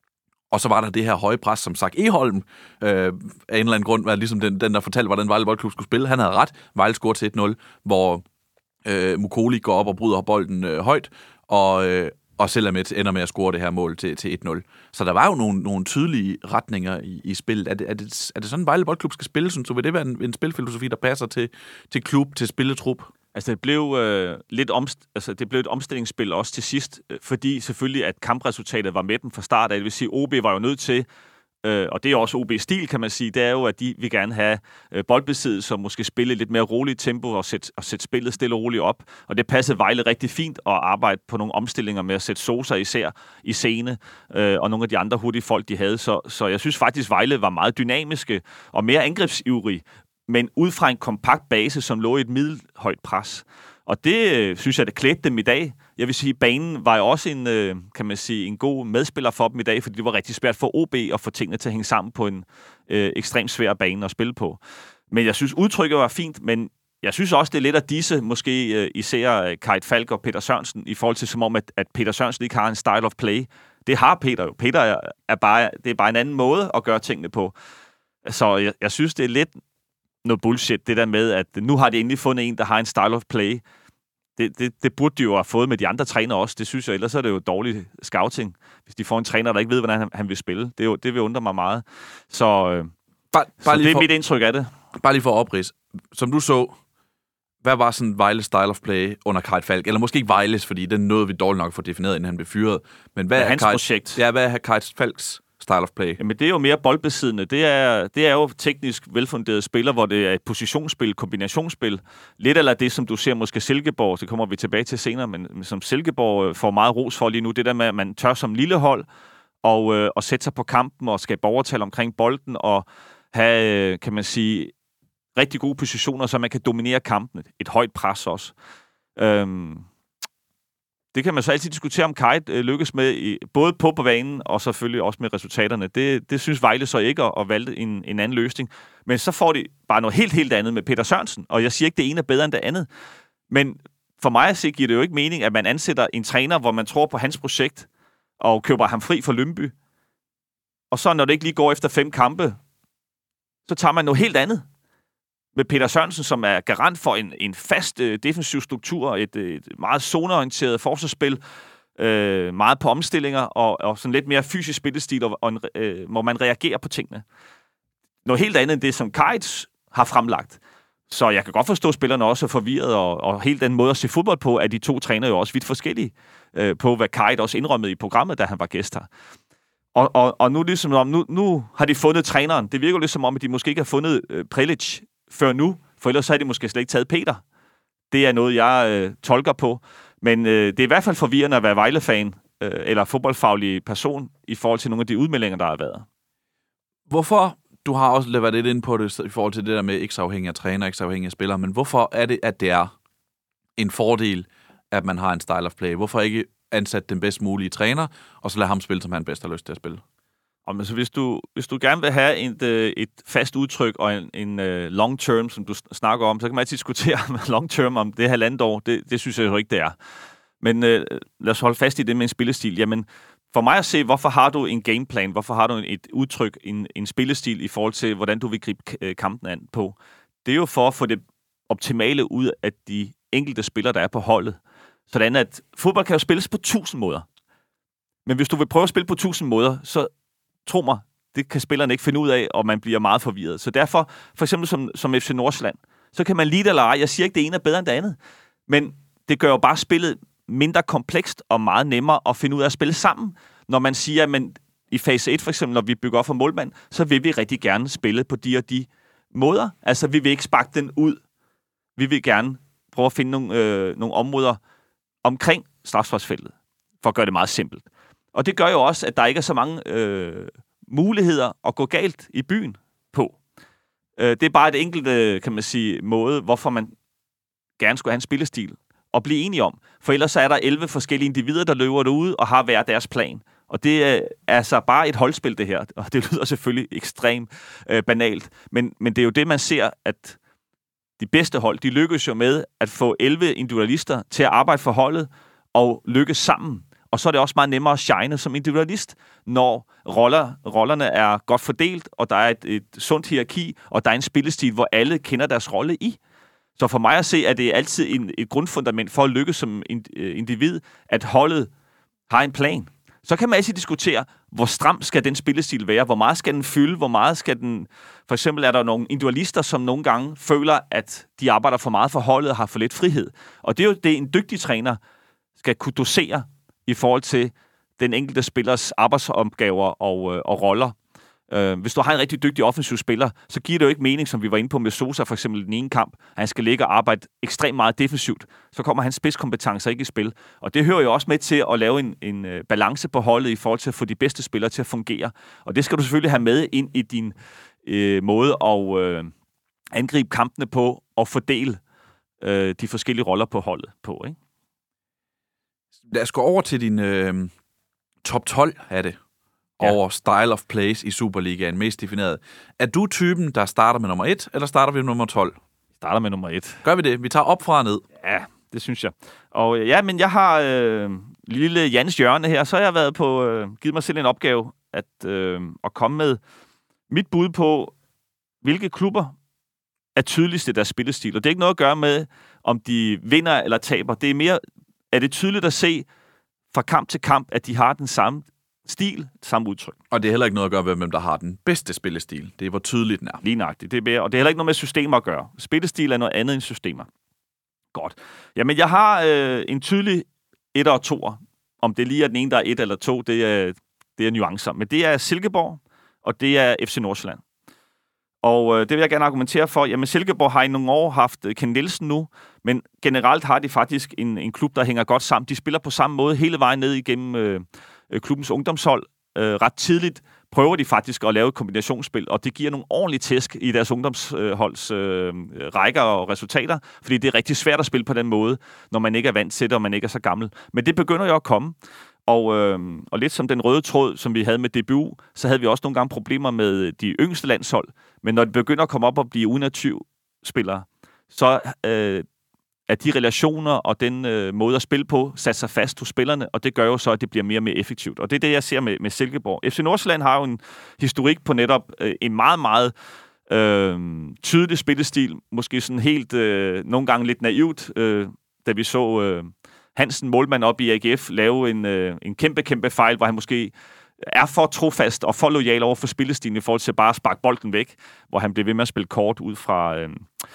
Og så var der det her høje pres, som Zach Egholm øh, af en eller anden grund var ligesom den, den der fortalte, hvordan Vejle Boldklub skulle spille. Han havde ret. Vejle scorer til et nul, hvor øh, Mukoli går op og bryder bolden øh, højt, og... Øh, og selvom et ender med at score det her mål til, til et nul. Så der var jo nogle, nogle tydelige retninger i, i spillet. Er det, er, det, er det sådan, Vejle Boldklub skal spille? Så vil det være en, en spilfilosofi, der passer til, til klub, til spilletrup? Altså, det blev, øh, lidt omst- altså, det blev et omstillingsspil også til sidst, øh, fordi selvfølgelig, at kampresultatet var med dem fra start af. Det vil sige, O B var jo nødt til, øh, og det er også O B-stil, kan man sige, det er jo, at de vil gerne have øh, boldbesiddelse og måske spille lidt mere roligt tempo og sætte, og sætte spillet stille og roligt op. Og det passede Vejle rigtig fint at arbejde på nogle omstillinger med at sætte Sosa især i scene, øh, og nogle af de andre hurtige folk, de havde. Så, så jeg synes faktisk, Vejle var meget dynamiske og mere angrebsivrige, men ud fra en kompakt base, som lå i et middelhøjt pres. Og det øh, synes jeg, det klædte dem i dag. Jeg vil sige, banen var jo også en, øh, kan man sige, en god medspiller for dem i dag, fordi det var rigtig svært for O B at få tingene til at hænge sammen på en øh, ekstremt svær bane at spille på. Men jeg synes, udtrykket var fint, men jeg synes også, det er lidt at disse, måske øh, især Kite Falk og Peter Sørensen, i forhold til som om, at, at Peter Sørensen ikke har en style of play. Det har Peter jo. Peter er, er bare, det er bare en anden måde at gøre tingene på. Så jeg, jeg synes, det er lidt noget bullshit, det der med, at nu har de endelig fundet en, der har en style of play. Det, det, det burde de jo have fået med de andre trænere også. Det synes jeg, ellers er det jo dårlig scouting, hvis de får en træner, der ikke ved, hvordan han, han vil spille. Det, er jo, det vil undre mig meget. Så, øh, bare, så bare det er for, mit indtryk af det. Bare lige for at oprids. Som du så, hvad var sådan Vejles style of play under Kite Falk? Eller måske ikke Vejles, fordi den nåede vi dårligt nok at få defineret, inden han blev fyret. Men hvad ja, er hans Kite, projekt? Ja, hvad er Kite Falks style of play? Jamen, det er jo mere boldbesiddende. Det er, det er jo teknisk velfunderet spiller, hvor det er et positionsspil, kombinationsspil. Lidt eller det, som du ser måske Silkeborg, det kommer vi tilbage til senere, men som Silkeborg får meget ros for lige nu, det der med, at man tør som lille hold og, øh, og sætte sig på kampen og skabe overtal omkring bolden og have, kan man sige, rigtig gode positioner, så man kan dominere kampen. Et højt pres også. Øhm, Det kan man så altid diskutere, om Kite øh, lykkes med, i, både på på banen og selvfølgelig også med resultaterne. Det, det synes Vejle så ikke, at valgte en, en anden løsning. Men så får de bare noget helt, helt andet med Peter Sørensen. Og jeg siger ikke, det ene er bedre end det andet. Men for mig at se, giver det jo ikke mening, at man ansætter en træner, hvor man tror på hans projekt, og køber ham fri for Lyngby. Og så når det ikke lige går efter fem kampe, så tager man noget helt andet. Med Peter Sørensen, som er garant for en, en fast øh, defensiv struktur, et, et meget zoneorienteret forsvarsspil, øh, meget på omstillinger, og, og sådan lidt mere fysisk spillestil, og, og en, øh, hvor man reagerer på tingene. Noget helt andet end det, som Kites har fremlagt. Så jeg kan godt forstå, at spillerne også er forvirret, og, og helt den måde at se fodbold på, at de to træner jo også vidt forskellige øh, på, hvad Kajt også indrømmede i programmet, da han var gæst her. Og, og, og nu, ligesom om, nu, nu har de fundet træneren. Det virker lidt som om, at de måske ikke har fundet øh, Prelic før nu, for ellers har de måske slet ikke taget Peter. Det er noget, jeg øh, tolker på. Men øh, det er i hvert fald forvirrende at være Vejle-fan øh, eller fodboldfaglig person i forhold til nogle af de udmeldinger, der har været. Hvorfor, du har også været lidt inde på det i forhold til det der med ikke så afhængig af træner, ikke så afhængig af spillere, men hvorfor er det, at det er en fordel, at man har en style of play? Hvorfor ikke ansætte den bedst mulige træner, og så lade ham spille, som han bedst har lyst til at spille? Og altså, hvis, du, hvis du gerne vil have et, et fast udtryk og en, en uh, long term, som du snakker om, så kan man altid diskutere long term om det halvandet år. Det, det synes jeg jo ikke, det er. Men uh, lad os holde fast i det med en spillestil. Jamen, for mig at se, hvorfor har du en gameplan? Hvorfor har du et udtryk, en, en spillestil i forhold til, hvordan du vil gribe kampen an på? Det er jo for at få det optimale ud af de enkelte spillere, der er på holdet. Sådan at fodbold kan jo spilles på tusind måder. Men hvis du vil prøve at spille på tusind måder, så tro mig, det kan spillerne ikke finde ud af, og man bliver meget forvirret. Så derfor, for eksempel som, som F C Nordsjælland, så kan man lide det eller ej. Jeg siger ikke, det ene er bedre end det andet. Men det gør jo bare spillet mindre komplekst og meget nemmere at finde ud af at spille sammen. Når man siger, at man, i fase et for eksempel, når vi bygger op for målmand, så vil vi rigtig gerne spille på de og de måder. Altså, vi vil ikke sparke den ud. Vi vil gerne prøve at finde nogle, øh, nogle områder omkring strafsparksfeltet, for at gøre det meget simpelt. Og det gør jo også, at der ikke er så mange øh, muligheder at gå galt i byen på. Øh, det er bare et enkelt, øh, kan man sige, måde, hvorfor man gerne skulle have en spillestil og blive enige om. For ellers så er der elleve forskellige individer, der løber derude og har hver deres plan. Og det er altså bare et holdspil, det her. Og det lyder selvfølgelig ekstremt øh, banalt. Men, men det er jo det, man ser, at de bedste hold, de lykkes jo med at få elleve individualister til at arbejde for holdet og lykkes sammen. Og så er det også meget nemmere at shine som individualist, når roller, rollerne er godt fordelt, og der er et, et sundt hierarki, og der er en spillestil, hvor alle kender deres rolle i. Så for mig at se, at det er altid en, et grundfundament for at lykkes som individ, at holdet har en plan. Så kan man altid diskutere, hvor stram skal den spillestil være, hvor meget skal den fylde, hvor meget skal den... For eksempel er der nogle individualister, som nogle gange føler, at de arbejder for meget for holdet og har for lidt frihed. Og det er jo det, en dygtig træner skal kunne dosere i forhold til den enkelte spillers arbejdsopgaver og, øh, og roller. Øh, hvis du har en rigtig dygtig offensiv spiller, så giver det jo ikke mening, som vi var inde på med Sosa for eksempel i den ene kamp, at han skal ligge og arbejde ekstremt meget defensivt. Så kommer hans spidskompetencer ikke i spil. Og det hører jo også med til at lave en, en øh, balance på holdet i forhold til at få de bedste spillere til at fungere. Og det skal du selvfølgelig have med ind i din øh, måde at øh, angribe kampene på og fordele øh, de forskellige roller på holdet på, ikke? Lad os gå over til din øh, top tolv af det, ja. Over style of plays i Superligaen, mest defineret. Er du typen, der starter med nummer et, eller starter vi med nummer tolv? Starter med nummer et. Gør vi det? Vi tager op fra og ned. Ja, det synes jeg. Og ja, men jeg har øh, lille Jans hjørne her, så har jeg været på, øh, givet mig selv en opgave, at, øh, at komme med mit bud på, hvilke klubber er tydeligst i deres spillestil. Og det er ikke noget at gøre med, om de vinder eller taber. Det er mere... Er det tydeligt at se fra kamp til kamp, at de har den samme stil, samme udtryk. Og det er heller ikke noget at gøre med, hvem der har den bedste spillestil. Det er, hvor tydeligt den er. Lige nøjagtigt. Det er mere, og det er heller ikke noget med systemer at gøre. Spillestil er noget andet end systemer. Godt. Jamen, jeg har øh, en tydelig etter og toer. Om det lige er den ene, der er et eller to, det er, det er nuancer. Men det er Silkeborg, og det er F C Nordsjælland. Og øh, det vil jeg gerne argumentere for. Jamen, Silkeborg har i nogle år haft Ken Nielsen nu, men generelt har de faktisk en, en klub, der hænger godt sammen. De spiller på samme måde hele vejen ned igennem øh, klubbens ungdomshold. Øh, ret tidligt prøver de faktisk at lave et kombinationsspil, og det giver nogle ordentlige tæsk i deres ungdomsholds øh, rækker og resultater, fordi det er rigtig svært at spille på den måde, når man ikke er vant til det, og man ikke er så gammel. Men det begynder jo at komme. Og, øh, og lidt som den røde tråd, som vi havde med D B U, så havde vi også nogle gange problemer med de yngste landshold. Men når det begynder at komme op og blive U enogtyve-spillere, så øh, er de relationer og den øh, måde at spille på sat sig fast hos spillerne, og det gør jo så, at det bliver mere og mere effektivt. Og det er det, jeg ser med, med Silkeborg. F C Nordsjælland har jo en historik på netop øh, en meget, meget øh, tydelig spillestil. Måske sådan helt, øh, nogle gange lidt naivt, øh, da vi så... Øh, Hansen, målmand op i A G F, lave en, øh, en kæmpe, kæmpe fejl, hvor han måske er for trofast og for lojal over for spillestilen i forhold til bare at sparke bolden væk, hvor han bliver ved med at spille kort ud fra, øh,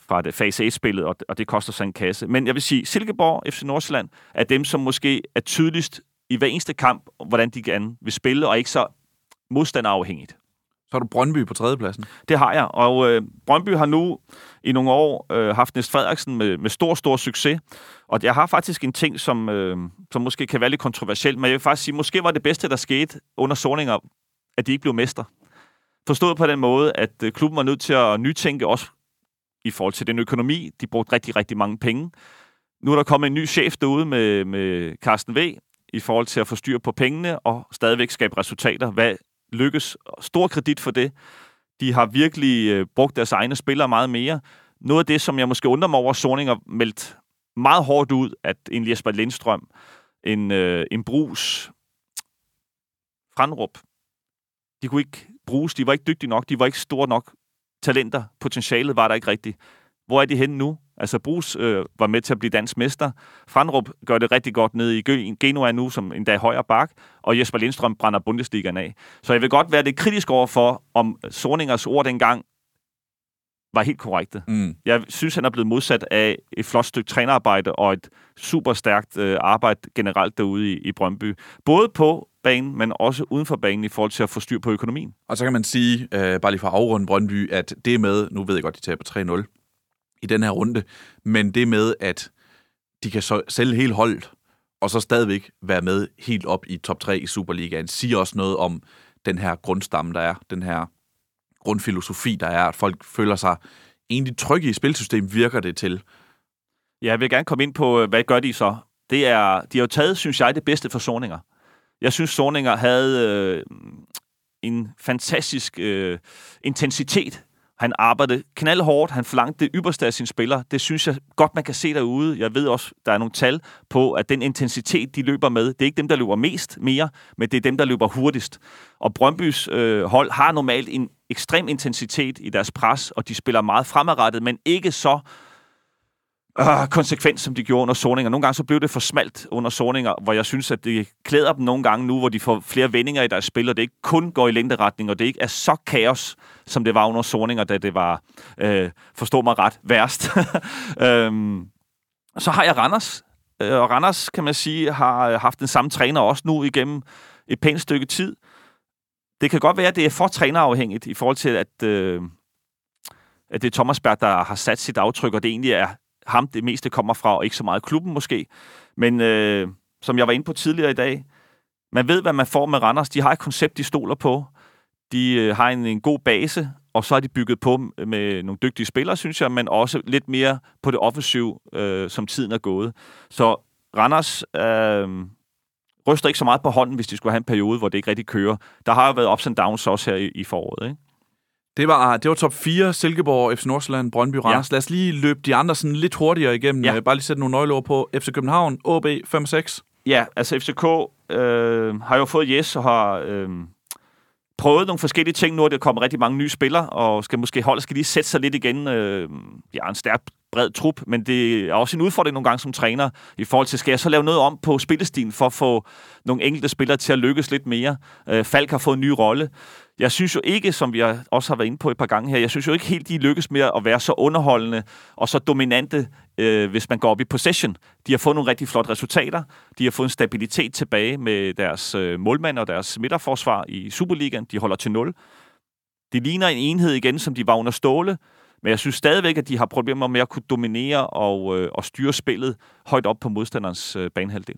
fra det fase et-spillet, og, og det koster så en kasse. Men jeg vil sige, Silkeborg, F C Nordsjælland, er dem, som måske er tydeligst i hver eneste kamp, hvordan de gerne vil spille, og ikke så modstanderafhængigt. Så har du Brøndby på tredjepladsen. Det har jeg, og øh, Brøndby har nu i nogle år øh, haft Niels Frederiksen med, med stor, stor succes. Og jeg har faktisk en ting, som, øh, som måske kan være lidt kontroversielt, men jeg vil faktisk sige, måske var det bedste, der skete under Sorninger, at de ikke blev mester. Forstået på den måde, at øh, klubben var nødt til at nytænke også i forhold til den økonomi. De brugte rigtig, rigtig mange penge. Nu er der kommet en ny chef derude med, med Carsten V. i forhold til at få styr på pengene og stadigvæk skabe resultater. Hvad lykkes? Stor kredit for det. De har virkelig øh, brugt deres egne spillere meget mere. Noget af det, som jeg måske undrer mig over, Sorninger meldt meget hårdt ud, at en Jesper Lindstrøm, en, øh, en Brugs, Frandrup, de kunne ikke bruges, de var ikke dygtige nok, de var ikke store nok talenter, potentialet var der ikke rigtigt. Hvor er de henne nu? Altså Brugs øh, var med til at blive dansk mester, Frandrup gør det rigtig godt nede i Genua nu, som endda højre bak, og Jesper Lindstrøm brænder Bundesligaen af. Så jeg vil godt være lidt kritisk over for, om Sorningers ord dengang var helt korrekte. Mm. Jeg synes, han er blevet modsat af et flot stykke trænerarbejde og et super stærkt øh, arbejde generelt derude i, i Brøndby. Både på banen, men også uden for banen i forhold til at få styr på økonomien. Og så kan man sige, øh, bare lige for at afrunde Brøndby, at det med, nu ved jeg godt, de taber tre nul i den her runde, men det med, at de kan så sælge helt holdet, og så stadigvæk være med helt op i top tre i Superligaen, siger også noget om den her grundstamme, der er, den her grundfilosofi, der er, at folk føler sig egentlig trygge i spilsystemet, virker det til. Ja, jeg vil gerne komme ind på, hvad gør de så? Det er, de har jo taget, synes jeg, det bedste for Sorninger. Jeg synes, Sorninger havde øh, en fantastisk øh, intensitet. Han arbejdede knaldhårdt, han forlangte det ypperste af sine spillere. Det synes jeg godt, man kan se derude. Jeg ved også, der er nogle tal på, at den intensitet, de løber med, det er ikke dem, der løber mest mere, men det er dem, der løber hurtigst. Og Brøndbys øh, hold har normalt en ekstrem intensitet i deres pres, og de spiller meget fremadrettet, men ikke så øh, konsekvent, som de gjorde under Sorninger. Nogle gange så blev det for smalt under Sorninger, hvor jeg synes, at det klæder dem nogle gange nu, hvor de får flere vendinger i deres spil, og det ikke kun går i længderetning, og det ikke er så kaos, som det var under Sorninger, da det var, øh, forstå mig ret, værst. øhm, så har jeg Randers, øh, og Randers, kan man sige, har haft den samme træner også nu igennem et pænt stykke tid. Det kan godt være, at det er for trænerafhængigt i forhold til, at, øh, at det er Thomas Berg, der har sat sit aftryk, og det egentlig er ham, det meste kommer fra, og ikke så meget klubben måske. Men øh, som jeg var inde på tidligere i dag, man ved, hvad man får med Randers. De har et koncept, de stoler på. De øh, har en, en god base, og så har de bygget på med nogle dygtige spillere, synes jeg, men også lidt mere på det offensive, øh, som tiden er gået. Så Randers øh, ryster ikke så meget på hånden, hvis de skulle have en periode, hvor det ikke rigtig kører. Der har jo været ups and downs også her i, i foråret, ikke? Det var, det var top fire, Silkeborg, F C Nordsjælland, Brøndby, Randers. Ja. Lad os lige løbe de andre sådan lidt hurtigere igennem. Ja. Bare lige sætte nogle nøgleord på F C København, A B fem seks. Ja, altså F C K øh, har jo fået yes og har øh, prøvet nogle forskellige ting. Nu er der kommet rigtig mange nye spillere, og skal måske holdet skal lige sætte sig lidt igen. Øh, ja, en stærk, bred trup, men det er også en udfordring nogle gange som træner i forhold til, skal jeg så lave noget om på spillestilen for at få nogle enkelte spillere til at lykkes lidt mere. Øh, Falk har fået en ny rolle. Jeg synes jo ikke, som vi også har været inde på et par gange her, jeg synes jo ikke helt, de lykkes med at være så underholdende og så dominante, øh, hvis man går op i possession. De har fået nogle rigtig flotte resultater. De har fået en stabilitet tilbage med deres øh, målmand og deres midterforsvar i Superligaen. De holder til nul. De ligner en enhed igen, som de var under Ståle, men jeg synes stadigvæk, at de har problemer med at kunne dominere og, øh, og styre spillet højt op på modstanderens øh, banehalvdel.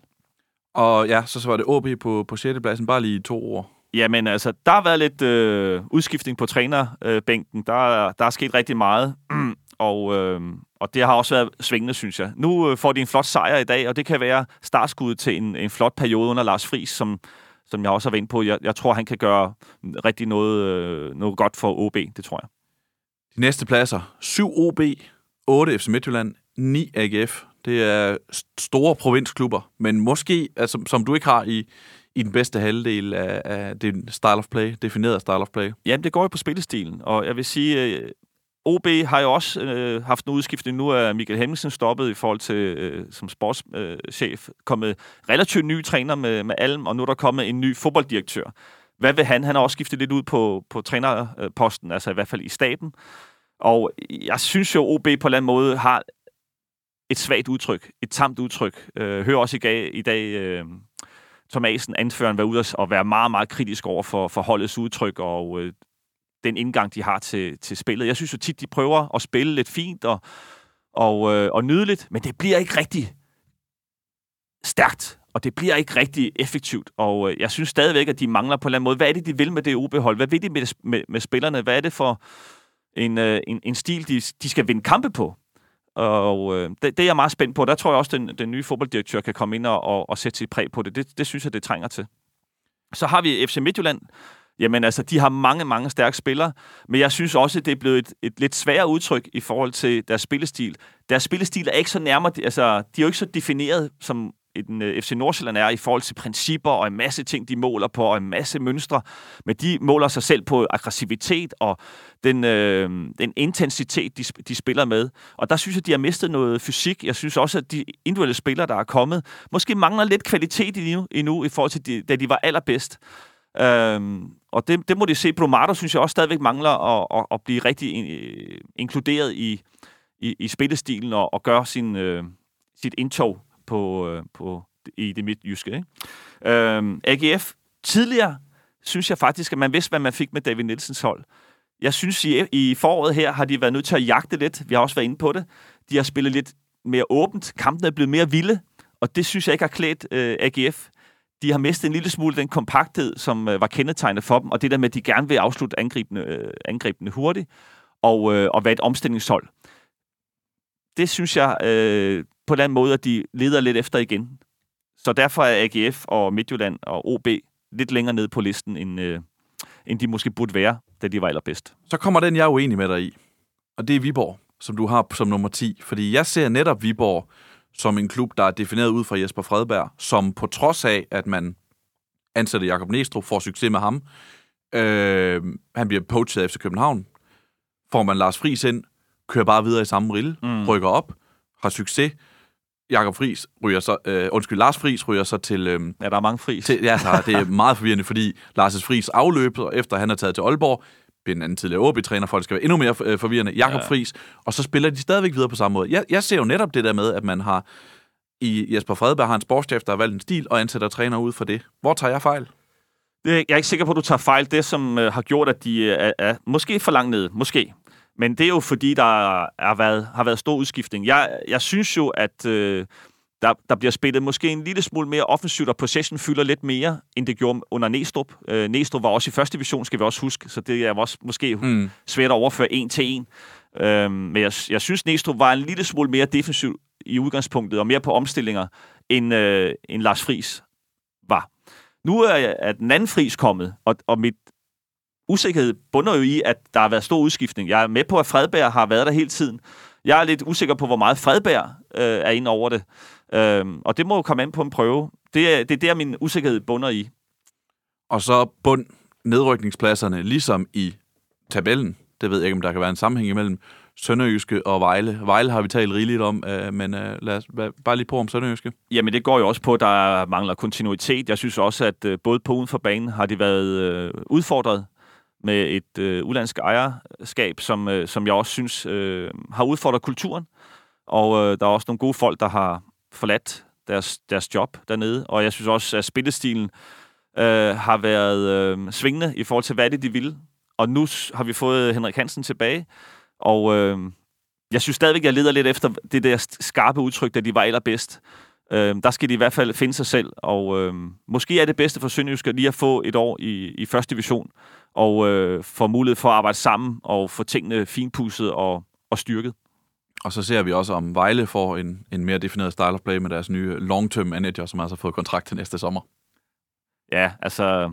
Og ja, så, så var det A B på, på sjette pladsen, bare lige to ord. Jamen altså, der har været lidt øh, udskiftning på trænerbænken. Der, der er sket rigtig meget, og, øh, og det har også været svingende, synes jeg. Nu øh, får de en flot sejr i dag, og det kan være startskuddet til en, en flot periode under Lars Friis, som, som jeg også har været inde på. Jeg, jeg tror, han kan gøre rigtig noget, øh, noget godt for A B, det tror jeg. De næste pladser, syv O B, otte F C Midtjylland, ni A G F. Det er store provinsklubber, men måske, altså, som du ikke har i... i den bedste halvdel af, af det style of play, defineret style of play. Jamen, det går jo på spillestilen, og jeg vil sige, øh, O B har jo også øh, haft en udskiftning. Nu er Michael Hemmingsen stoppet i forhold til, øh, som sportschef, øh, kommet relativt ny træner med, med Alm, og nu er der kommet en ny fodbolddirektør. Hvad vil han? Han har også skiftet lidt ud på, på trænerposten, altså i hvert fald i staben. Og jeg synes jo, O B på en eller anden måde har et svagt udtryk, et tamt udtryk. Øh, hør også i dag, i dag øh, Thomasen, anføreren, være ude og være meget, meget kritisk over for, for holdets udtryk og øh, den indgang, de har til, til spillet. Jeg synes jo tit, de prøver at spille lidt fint og, og, øh, og nydeligt, men det bliver ikke rigtig stærkt, og det bliver ikke rigtig effektivt. Og øh, jeg synes stadigvæk, at de mangler på en eller anden måde. Hvad er det, de vil med det O B-hold? Hvad vil de med, med, med spillerne? Hvad er det for en, øh, en, en stil, de, de skal vinde kampe på? Og øh, det, det er jeg meget spændt på. Der tror jeg også, at den, den nye fodbolddirektør kan komme ind og, og, og sætte sit præg på det. det. Det synes jeg, det trænger til. Så har vi F C Midtjylland. Jamen altså, de har mange, mange stærke spillere, men jeg synes også, at det er blevet et, et lidt sværere udtryk i forhold til deres spillestil. Deres spillestil er ikke så nærmere, altså, de er jo ikke så defineret, som en uh, F C Nordsjælland er i forhold til principper og en masse ting, de måler på, og en masse mønstre, men de måler sig selv på aggressivitet og den, øh, den intensitet, de, de spiller med. Og der synes jeg, de har mistet noget fysik. Jeg synes også, at de individuelle spillere, der er kommet, måske mangler lidt kvalitet endnu, endnu i forhold til, de, da de var allerbedst. Øhm, og det, det må de se. Bromato synes jeg også stadigvæk mangler at, at, at blive rigtig in, inkluderet i, i, i spillestilen og, og gøre sin, øh, sit indtog på, øh, på, i det midtjyske. Ikke? Øhm, A G F tidligere synes jeg faktisk, at man vidste, hvad man fik med David Nielsens hold. Jeg synes, i, i foråret her har de været nødt til at jagte lidt. Vi har også været inde på det. De har spillet lidt mere åbent. Kampene er blevet mere vilde, og det synes jeg ikke har klædt øh, A G F. De har mistet en lille smule den kompakthed, som øh, var kendetegnet for dem, og det der med, at de gerne vil afslutte angrebene, øh, angrebene hurtigt, og, øh, og være et omstillingshold. Det synes jeg øh, på en eller anden måde, at de leder lidt efter igen. Så derfor er A G F og Midtjylland og O B lidt længere nede på listen, end, øh, end de måske burde være, da de var allerbedst. Så kommer den, jeg er uenig med dig i, og det er Viborg, som du har som nummer ti. Fordi jeg ser netop Viborg som en klub, der er defineret ud fra Jesper Fredberg, som på trods af, at man ansætter Jakob Næstrup, får succes med ham, øh, han bliver poachet af F C København, får man Lars Friis ind, kører bare videre i samme rille, mm. rykker op, har succes. Jakob Friis ryger så, øh, undskyld, Lars Friis ryger så til... Øh, ja, der er mange Friis. Til, ja, så det er meget forvirrende, fordi Lars' Friis afløb, efter han er taget til Aalborg, bliver en anden tidligere O B-træner, for det skal være endnu mere forvirrende, Jakob ja. Friis, og så spiller de stadigvæk videre på samme måde. Jeg, jeg ser jo netop det der med, at man har i Jesper Fredberg har en sportschef, der har valgt en stil, og ansætter træner ud for det. Hvor tager jeg fejl? Det, jeg er ikke sikker på, at du tager fejl. Det, som øh, har gjort, at de er, er måske for langt nede, måske. Men det er jo fordi, der er været, har været stor udskiftning. Jeg, jeg synes jo, at øh, der, der bliver spillet måske en lille smule mere offensivt, og possession fylder lidt mere, end det gjorde under Næstrup. Øh, Næstrup var også i første division, skal vi også huske, så det er også måske mm. svært at overføre en til en. Øh, men jeg, jeg synes, Næstrup var en lille smule mere defensiv i udgangspunktet, og mere på omstillinger, end, øh, end Lars Friis var. Nu er, er den anden Friis kommet, og, og mit usikkerhed bunder jo i, at der har været stor udskiftning. Jeg er med på, at Fredberg har været der hele tiden. Jeg er lidt usikker på, hvor meget Fredberg øh, er inde over det. Øhm, og det må jo komme an på en prøve. Det er, det er der, min usikkerhed bunder i. Og så bund nedrykningspladserne, ligesom i tabellen. Det ved jeg ikke, om der kan være en sammenhæng imellem Sønderjyske og Vejle. Vejle har vi talt rigeligt om, øh, men øh, lad os bare lige på om Sønderjyske. Jamen, det går jo også på, at der mangler kontinuitet. Jeg synes også, at øh, både på uden for banen har de været øh, udfordret med et øh, udlandsk ejerskab, som, øh, som jeg også synes øh, har udfordret kulturen. Og øh, der er også nogle gode folk, der har forladt deres, deres job dernede. Og jeg synes også, at spillestilen øh, har været øh, svingende i forhold til, hvad det de ville. Og nu har vi fået Henrik Hansen tilbage. Og øh, jeg synes stadigvæk, jeg leder lidt efter det der skarpe udtryk, da de var allerbedst. Øh, der skal de i hvert fald finde sig selv. Og øh, måske er det bedste for Sønderjyske lige at få et år i, i første division. Og øh, få mulighed for at arbejde sammen og få tingene finpudset og, og styrket. Og så ser vi også, om Vejle får en, en mere defineret style of play med deres nye long-term manager, som altså har fået kontrakt til næste sommer. Ja, altså...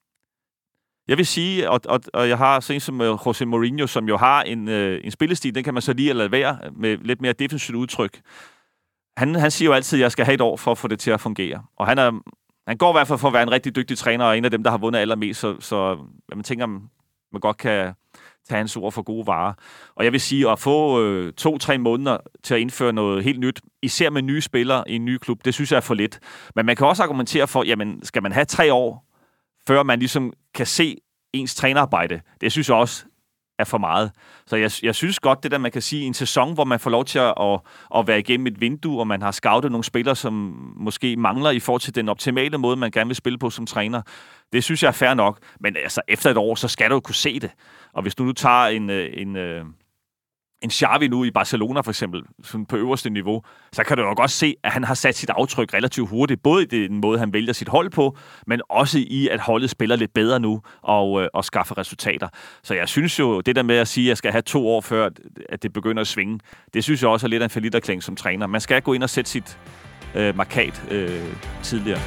Jeg vil sige, og, og, og jeg har sådan som José Mourinho, som jo har en, øh, en spillestil, den kan man så lige lade være med lidt mere defensivt udtryk. Han, han siger jo altid, at jeg skal have et år for at få det til at fungere. Og han, er, han går i hvert fald for at være en rigtig dygtig træner, og en af dem, der har vundet allermest, så, så man tænker, man godt kan tage hans ord for gode varer. Og jeg vil sige, at få øh, to-tre måneder til at indføre noget helt nyt, især med nye spillere i en ny klub, det synes jeg er for lidt. Men man kan også argumentere for, jamen, skal man have tre år, før man ligesom kan se ens trænerarbejde? Det synes jeg også, er for meget. Så jeg, jeg synes godt, det der man kan sige, en sæson, hvor man får lov til at, at, at være igennem et vindue, og man har scoutet nogle spillere, som måske mangler i forhold til den optimale måde, man gerne vil spille på som træner. Det synes jeg er fair nok. Men altså, efter et år, så skal du jo kunne se det. Og hvis du nu tager en... en, en En Xavi nu i Barcelona for eksempel, sådan på øverste niveau, så kan du jo godt se, at han har sat sit aftryk relativt hurtigt, både i den måde, han vælger sit hold på, men også i, at holdet spiller lidt bedre nu og, øh, og skaffer resultater. Så jeg synes jo, det der med at sige, at jeg skal have to år før, at det begynder at svinge, det synes jeg også er lidt af en falliterklæring som træner. Man skal gå ind og sætte sit øh, markat øh, tidligere.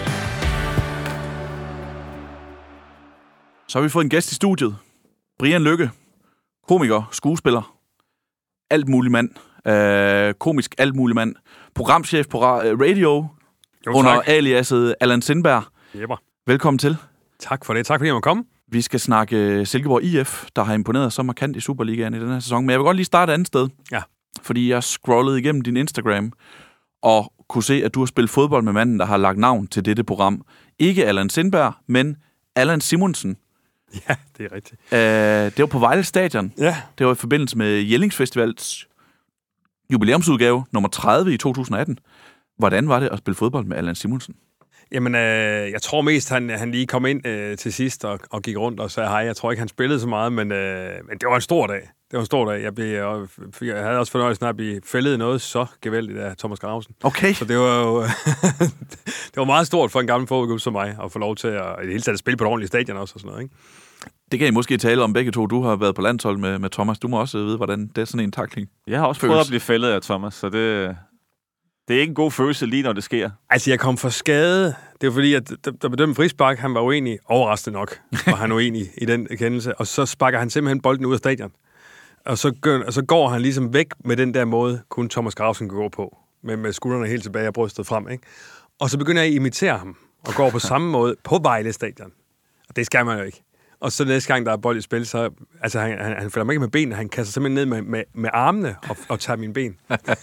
Så har vi fået en gæst i studiet. Brian Lykke, komiker, skuespiller. Alt mulig mand. Øh, komisk alt mulig mand. Programchef på radio jo, under aliaset Allan Sindberg. Jepper. Velkommen til. Tak for det. Tak fordi jeg må komme. Vi skal snakke Silkeborg I F, der har imponeret så markant i Superligaen i den her sæson. Men jeg vil godt lige starte et andet sted. Ja. Fordi jeg scrollede igennem din Instagram og kunne se, at du har spillet fodbold med manden, der har lagt navn til dette program. Ikke Allan Sindberg, men Allan Simonsen. Ja, det er rigtigt. Uh, det var på Vejle Stadion. Ja. Det var i forbindelse med Jellingsfestivals jubilæumsudgave nummer tredive i to tusind atten. Hvordan var det at spille fodbold med Allan Simonsen? Jamen, øh, jeg tror mest, han, han lige kom ind øh, til sidst og, og gik rundt og sagde hej. Jeg tror ikke, han spillede så meget, men, øh, men det var en stor dag. Det var en stor dag. Jeg, blev, jeg havde også fornøjelsen af at blive fældet noget så gevældigt af Thomas Gravesen. Okay. Så det var jo det var meget stort for en gammel fodboldklub som mig at få lov til at i det hele taget spille på et ordentligt stadion også og sådan noget, ikke? Det kan I måske tale om begge to. Du har været på landshold med, med Thomas. Du må også vide, hvordan det er sådan en tackling. Jeg har også føles. prøvet at blive fældet af Thomas, så det, det er ikke en god følelse lige, når det sker. Altså, jeg kom for skade. Det var fordi, at der bedømte frispark, han var uenig, overraskende nok, var han uenig i den kendelse. Og så sparker han simpelthen bolden ud af stadion. Og så, gør, og så går han ligesom væk med den der måde, kun Thomas Gravesen kan gå på. Med, med skuldrene helt tilbage og brystet frem, ikke? Og så begynder jeg at imitere ham, og går på samme måde på Vejle Stadion. Og det skal man jo ikke. Og så næste gang, der er bold i spil, så altså, han, han, han følger mig ikke med benene, han kaster simpelthen ned med, med, med armene og, og tager mine ben.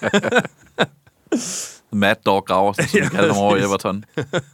Mad Dog Graversen, som vi kalder dem over i Everton.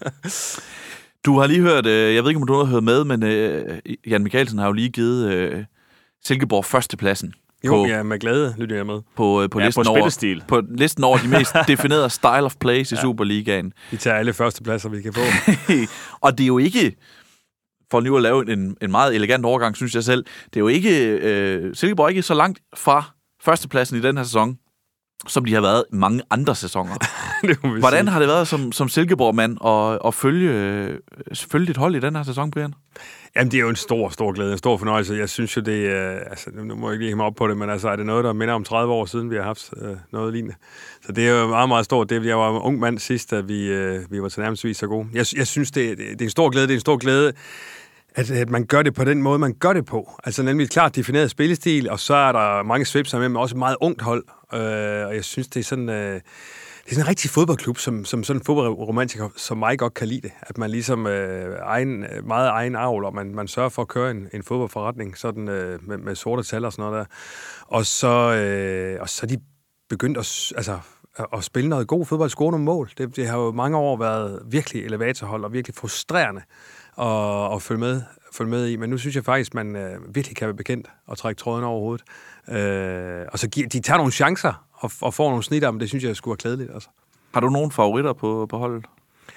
Du har lige hørt, øh, jeg ved ikke, om du har hørt med, men øh, Jan Michaelsen har jo lige givet øh, Silkeborg førstepladsen. Jo, på, ja, med glæde lytter jeg med. På, øh, på, ja, listen på over, på listen over de mest definerede style of plays i ja. Superligaen. Vi tager alle førstepladser, vi kan få. Og det er jo ikke... For nu at lave en, en meget elegant overgang, synes jeg selv. Det er jo ikke... Øh, Silkeborg er ikke så langt fra førstepladsen i den her sæson, som de har været i mange andre sæsoner. Hvordan sige. Har det været som, som Silkeborg-mand at, at følge, øh, følge dit hold i den her sæson, Brian? Jamen, det er jo en stor, stor glæde, en stor fornøjelse. Jeg synes jo, det er... Øh, altså, nu må jeg ikke lige hæmme op på det, men altså, er det noget, der minder om tredive år siden, vi har haft øh, noget lignende. Så det er jo meget, meget stort. Det, jeg var en ung mand sidst, da vi, øh, vi var til nærmest så gode. Jeg, jeg synes, det, det, det er en stor glæde. Det er en stor glæde, at, at man gør det på den måde, man gør det på. Altså nemlig et klart defineret spillestil, og så er der mange svipser med, men også et meget ungt hold. Øh, og jeg synes, det er sådan... Øh, Det er sådan en rigtig fodboldklub, som, som sådan en fodboldromantiker, som mig godt kan lide det. At man ligesom øh, egen, meget egen avl, og man, man sørger for at køre en, en fodboldforretning sådan, øh, med, med sorte tal og sådan noget der. Og så, øh, og så er de begyndt at, altså, at spille noget god fodbold, score nogle mål. Det, det har jo mange år været virkelig elevatorhold og virkelig frustrerende at, at følge, med, følge med i. Men nu synes jeg faktisk, man øh, virkelig kan være bekendt og trække tråden over hovedet. Øh, og så giver, de tager nogle chancer og, og får nogle snitter, men det synes jeg skulle være klædeligt. Altså. Har du nogen favoritter på, på holdet?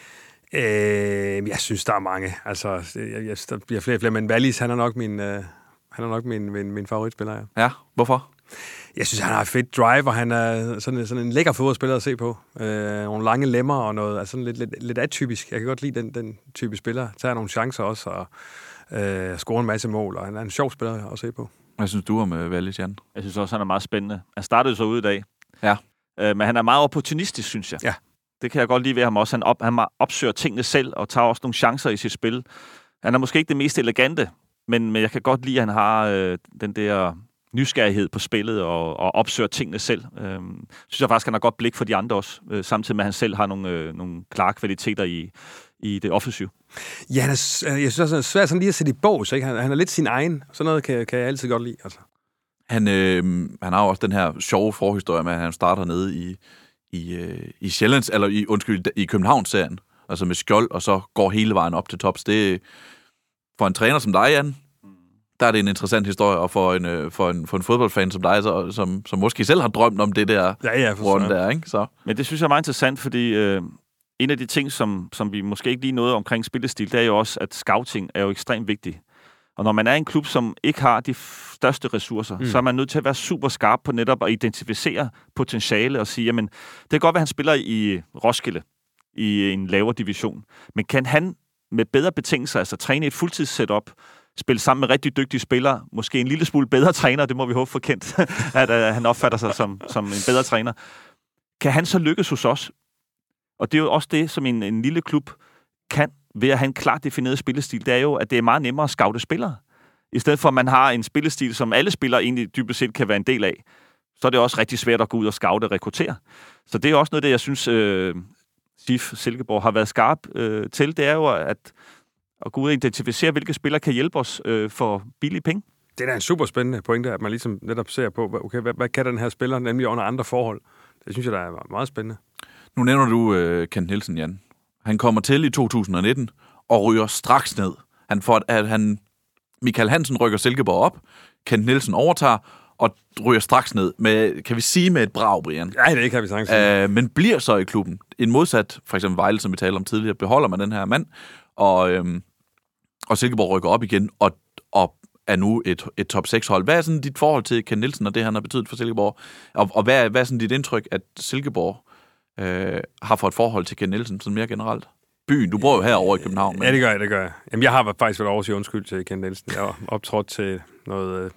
Øh, jeg synes, der er mange. Altså, jeg, jeg, der bliver flere og flere, men Wallis, han er nok min, øh, han er nok min, min, min favoritspiller. Ja. Ja, hvorfor? Jeg synes, han har et fedt drive, og han er sådan, sådan en lækker fodboldspiller at se på. Øh, nogle lange lemmer og noget, altså sådan lidt, lidt, lidt atypisk. Jeg kan godt lide den, den type spiller. Tager nogle chancer også, og øh, scorer en masse mål, og han er en sjov spiller at se på. Hvad synes du om uh, Wallis, Jan? Jeg synes også, han er meget spændende. Han startede så ud i dag. Ja. Øh, men han er meget opportunistisk, synes jeg. Ja. Det kan jeg godt lide ved ham også. Han, op, han opsøger tingene selv, og tager også nogle chancer i sit spil. Han er måske ikke det mest elegante, men, men jeg kan godt lide, at han har øh, den der nysgerrighed på spillet, og, og opsøger tingene selv. Øh, synes jeg faktisk, han har godt blik for de andre også, øh, samtidig med, at han selv har nogle, øh, nogle klare kvaliteter i, i det offensive. Ja, han er, jeg synes også, det er svært sådan lige at sætte i bås, ikke? Han, han er lidt sin egen. Sådan noget kan, kan jeg altid godt lide, altså. Han, øh, han har jo også den her sjove forhistorie med, at han starter nede i, i, øh, i Sjællands, eller i, undskyld, i Københavns-serien, altså med skjold, og så går hele vejen op til tops. Det for en træner som dig, Jan, der er det en interessant historie, og for en, øh, for en, for en fodboldfan som dig, så, som, som måske selv har drømt om det der ja, ja, runde der, ikke? Så. Men det synes jeg er meget interessant, fordi øh, en af de ting, som, som vi måske ikke lige nåede omkring spillestil, det er jo også, at scouting er jo ekstremt vigtigt. Og når man er en klub, som ikke har de største ressourcer, mm. så er man nødt til at være super skarp på netop at identificere potentiale og sige, jamen, det kan godt være, at han spiller i Roskilde i en lavere division, men kan han med bedre betingelser, altså træne et fuldtidssetup, spille sammen med rigtig dygtige spillere, måske en lille smule bedre træner, det må vi håbe for kendt, at uh, han opfatter sig som, som en bedre træner, kan han så lykkes hos os? Og det er jo også det, som en, en lille klub kan, ved at have en klart defineret spillestil, det er jo, at det er meget nemmere at scoute spillere. I stedet for, at man har en spillestil, som alle spillere egentlig dybest set kan være en del af, så er det også rigtig svært at gå ud og scoute og rekruttere. Så det er også noget, det jeg synes, øh, S I F Silkeborg har været skarp øh, til, det er jo at, at gå ud og identificere, hvilke spillere kan hjælpe os øh, for billige penge. Det er da en super spændende pointe, at man ligesom netop ser på, okay, hvad, hvad kan den her spiller nemlig under andre forhold? Det synes jeg, der er meget spændende. Nu nævner du øh, Kent Nielsen, Jan. Han kommer til i to tusind og nitten og ryger straks ned. Han får, at han, Michael Hansen rykker Silkeborg op, Kent Nielsen overtager og ryger straks ned. Med, kan vi sige med et brag, Brian? Nej, det kan vi sagtens sige. Øh, men bliver så i klubben. En modsat, for eksempel Vejle, som vi talte om tidligere, beholder man den her mand, og, øhm, og Silkeborg rykker op igen, og, og er nu et, et top seks hold. Hvad er sådan dit forhold til Kent Nielsen og det, han har betydet for Silkeborg? Og, og hvad, er, hvad er sådan dit indtryk, at Silkeborg øh, har for et forhold til Kent Nielsen, sådan mere generelt? Byen, du bor jo herovre i København. Men... Ja, det gør jeg, det gør jeg. Jamen, jeg har faktisk været over til undskyld til Kent Nielsen. Jeg var optrådt til noget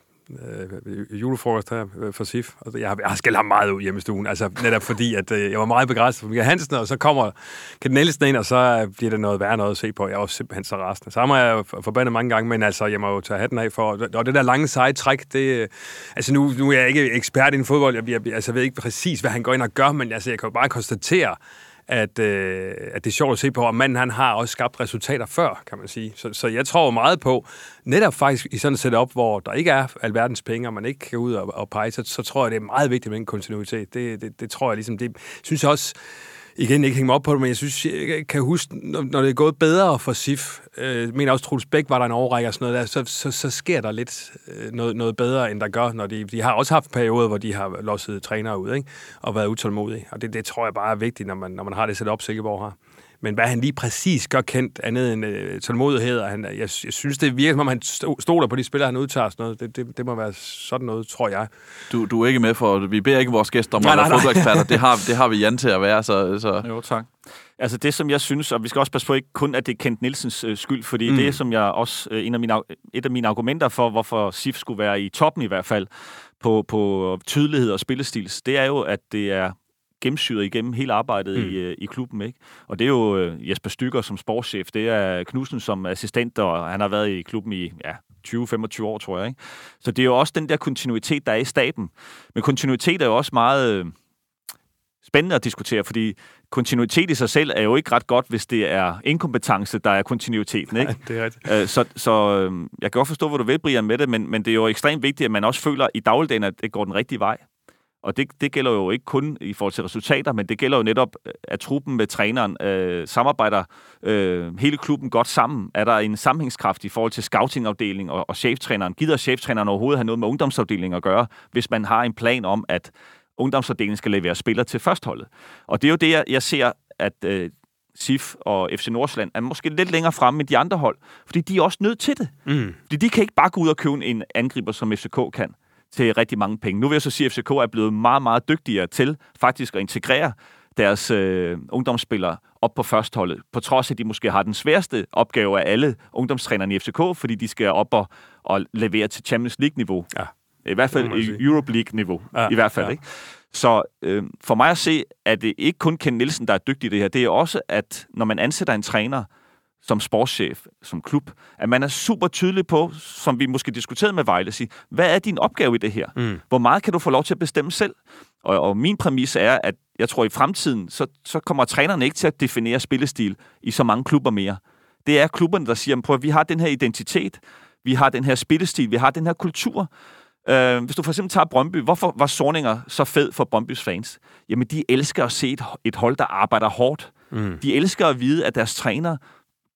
øh, julefrokost her for S I F. Og jeg har, jeg har skældt ham meget ud hjemme i stuen, altså netop fordi, at øh, jeg var meget begejstret for Michael Hansen, og så kommer Kent Nielsen ind, og så bliver det noget værre noget at se på. Jeg er også simpelthen så rasende. Så har jeg forbandet mange gange, men altså, jeg må jo tage hatten af for, og det der lange seje træk, det, altså nu, nu er jeg ikke ekspert i fodbold, jeg, jeg, altså, jeg ved ikke præcis, hvad han går ind og gør, men altså, jeg kan jo bare konstatere, At, øh, at det er sjovt at se på, og manden han har også skabt resultater før, kan man sige. Så, så jeg tror meget på, netop faktisk i sådan et setup, hvor der ikke er alverdens penge, og man ikke kan ud og, og pege, så, så tror jeg, det er meget vigtigt med en kontinuitet. Det, det, det tror jeg ligesom, det synes jeg også, igen, ikke hænge mig op på det, men jeg synes, jeg kan huske, når det er gået bedre for S I F, øh, mener også, Troels Bæk var der en overrække og sådan noget der, så, så, så sker der lidt øh, noget, noget bedre, end der gør, når de, de har også haft perioder, hvor de har losset trænere ud, ikke? Og været utålmodige. Og det, det tror jeg bare er vigtigt, når man, når man har det setup, Silkeborg har. Men hvad han lige præcis gør kendt andet end øh, tålmodighed, og han, jeg, jeg synes, det virker, som om han stoler på de spillere, han udtager sådan noget. Det, det, det må være sådan noget, tror jeg. Du, du er ikke med for, vi beder ikke vores gæster om at være fodboldeksperter. Det har, det har vi Jan til at være. Så, så. Jo, tak. Altså det, som jeg synes, og vi skal også passe på ikke kun, at det er Kent Nielsens øh, skyld, fordi mm. det, som jeg også, øh, en af mine, et af mine argumenter for, hvorfor S I F skulle være i toppen i hvert fald, på, på tydelighed og spillestils, det er jo, at det er gennemsyret igennem hele arbejdet mm. i, i klubben, ikke? Og det er jo uh, Jesper Stygger som sportschef, det er Knudsen som assistent, og han har været i klubben i ja, tyve til femogtyve år, tror jeg, ikke? Så det er jo også den der kontinuitet, der er i staben. Men kontinuitet er jo også meget uh, spændende at diskutere, fordi kontinuitet i sig selv er jo ikke ret godt, hvis det er inkompetence, der er kontinuiteten, ikke? Ja, det er rigtigt. Uh, så så uh, jeg kan godt forstå, hvor du vil, Brian, med det, men, men det er jo ekstremt vigtigt, at man også føler i dagligdagen, at det går den rigtige vej. Og det, det gælder jo ikke kun i forhold til resultater, men det gælder jo netop, at truppen med træneren øh, samarbejder øh, hele klubben godt sammen. Er der en sammenhængskraft i forhold til scoutingafdelingen og, og cheftræneren? Gider cheftræneren overhovedet have noget med ungdomsafdelingen at gøre, hvis man har en plan om, at ungdomsafdelingen skal levere spillere til førstholdet? Og det er jo det, jeg, jeg ser, at øh, S I F og F C Nordsjælland er måske lidt længere fremme end de andre hold, fordi de er også nødt til det. Mm. Fordi de kan ikke bare gå ud og købe en angriber, som F C K kan, til rigtig mange penge. Nu vil jeg så sige, at F C K er blevet meget, meget dygtigere til faktisk at integrere deres øh, ungdomsspillere op på førstholdet, på trods af, at de måske har den sværeste opgave af alle ungdomstrænerne i F C K, fordi de skal op og, og levere til Champions League-niveau. Ja. I hvert fald i Europe League-niveau. Ja. I hvert fald, ja. Ikke? Så øh, for mig at se, at det ikke kun Kent Nielsen, der er dygtig i det her, det er også, at når man ansætter en træner, som sportschef, som klub, at man er super tydelig på, som vi måske diskuterede med Vejle, sige, hvad er din opgave i det her? Mm. Hvor meget kan du få lov til at bestemme selv? Og, og min præmis er, at jeg tror, i fremtiden, så, så kommer trænerne ikke til at definere spillestil i så mange klubber mere. Det er klubberne, der siger, prøv at vi har den her identitet, vi har den her spillestil, vi har den her kultur. Uh, hvis du for eksempel tager Brøndby, hvorfor var Sorninger så fed for Brøndbys fans? Jamen, de elsker at se et, et hold, der arbejder hårdt. Mm. De elsker at vide, at deres træner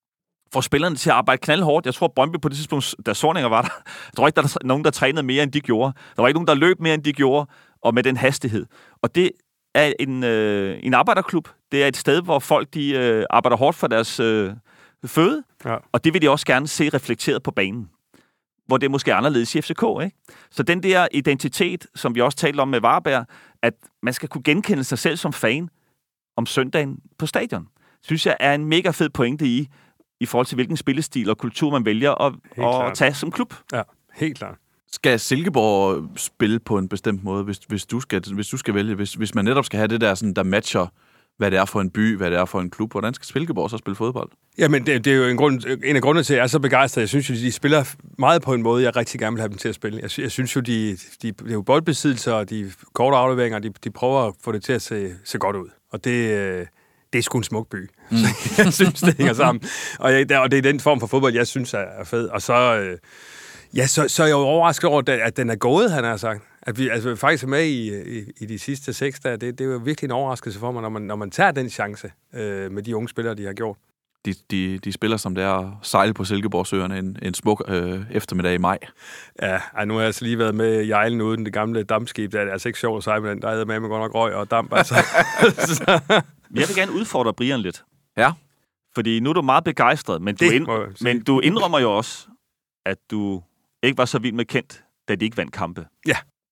får spillerne til at arbejde knaldhårdt. Jeg tror, Brøndby på det tidspunkt, da Sorninger var der, jeg tror ikke, der var nogen, der trænede mere, end de gjorde. Der var ikke nogen, der løb mere, end de gjorde, og med den hastighed. Og det er en, øh, en arbejderklub. Det er et sted, hvor folk de, øh, arbejder hårdt for deres øh, føde, ja. Og det vil de også gerne se reflekteret på banen. Hvor det er måske anderledes i F C K, ikke? Så den der identitet, som vi også talte om med Varberg, at man skal kunne genkende sig selv som fan om søndagen på stadion, synes jeg er en mega fed pointe i, i forhold til hvilken spillestil og kultur man vælger at, at tage som klub. Ja, helt klart. Skal Silkeborg spille på en bestemt måde, hvis, hvis, du, skal, hvis du skal vælge? Hvis, hvis man netop skal have det der, sådan, der matcher, hvad det er for en by, hvad det er for en klub, hvordan skal Silkeborg så spille fodbold? Jamen, det, det er jo en, grund, en af grundene til, at jeg er så begejstret. Jeg synes jo, de spiller meget på en måde, jeg rigtig gerne vil have dem til at spille. Jeg, jeg synes jo, de, de, de er jo boldbesiddelser, og de korte afleveringer, de, de prøver at få det til at se, se godt ud. Og det... Det er sgu en smuk by. Mm. Jeg synes, det hænger sammen. Og, jeg, og det er den form for fodbold, jeg synes er fed. Og så, øh, ja, så, så er jeg jo overrasket over, at den er gået, han har sagt. At vi altså, faktisk er med i, i, i de sidste seks dage. Det, det er jo virkelig en overraskelse for mig, når man, når man tager den chance øh, med de unge spillere, de har gjort. De, de, de spiller som det er at sejle på Silkeborgsøerne en, en smuk øh, eftermiddag i maj. Ja, ej, nu har jeg altså lige været med i Ejlen uden det gamle dampskib. Det er altså ikke sjovt at sejle med den. Der er med med godt nok røg og damp. Altså. Jeg vil gerne udfordre Brian lidt. Ja. Fordi nu er du meget begejstret, men du, ind, men du indrømmer jo også, at du ikke var så vild med Kent, da de ikke vandt kampe. Ja.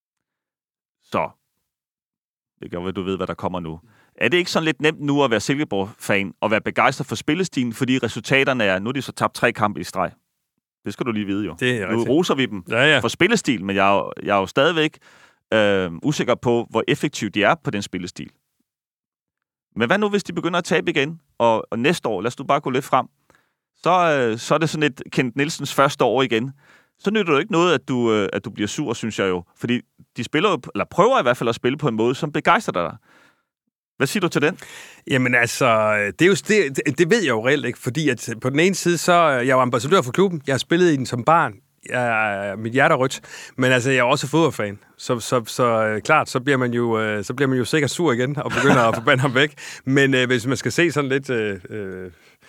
Så, det gør, du ved, hvad der kommer nu. Er det ikke sådan lidt nemt nu at være Silkeborg-fan og være begejstret for spillestilen, fordi resultaterne er, nu er de så tabt tre kampe i streg. Det skal du lige vide jo. Det er nu roser vi dem ja, ja. for spillestil, men jeg er jo, jeg er jo stadigvæk øh, usikker på, hvor effektiv de er på den spillestil. Men hvad nu, hvis de begynder at tabe igen, og, og næste år, lad os nu bare gå lidt frem, så, øh, så er det sådan et Kent Nielsens første år igen. Så nytter det jo ikke noget, at du, øh, at du bliver sur, synes jeg jo. Fordi de spiller jo, eller prøver i hvert fald at spille på en måde, som begejstrer dig. Hvad siger du til den? Jamen altså, det, er jo, det, det ved jeg jo reelt ikke, fordi at på den ene side, så jeg er jo ambassadør for klubben. Jeg har spillet i den som barn. Jeg, mit hjerte er rødt. Men altså, jeg er også fodboldfan. Så, så, så klart, så bliver man jo, så bliver man jo sikkert sur igen og begynder at forbande ham væk. Men øh, hvis man skal se sådan lidt... Øh,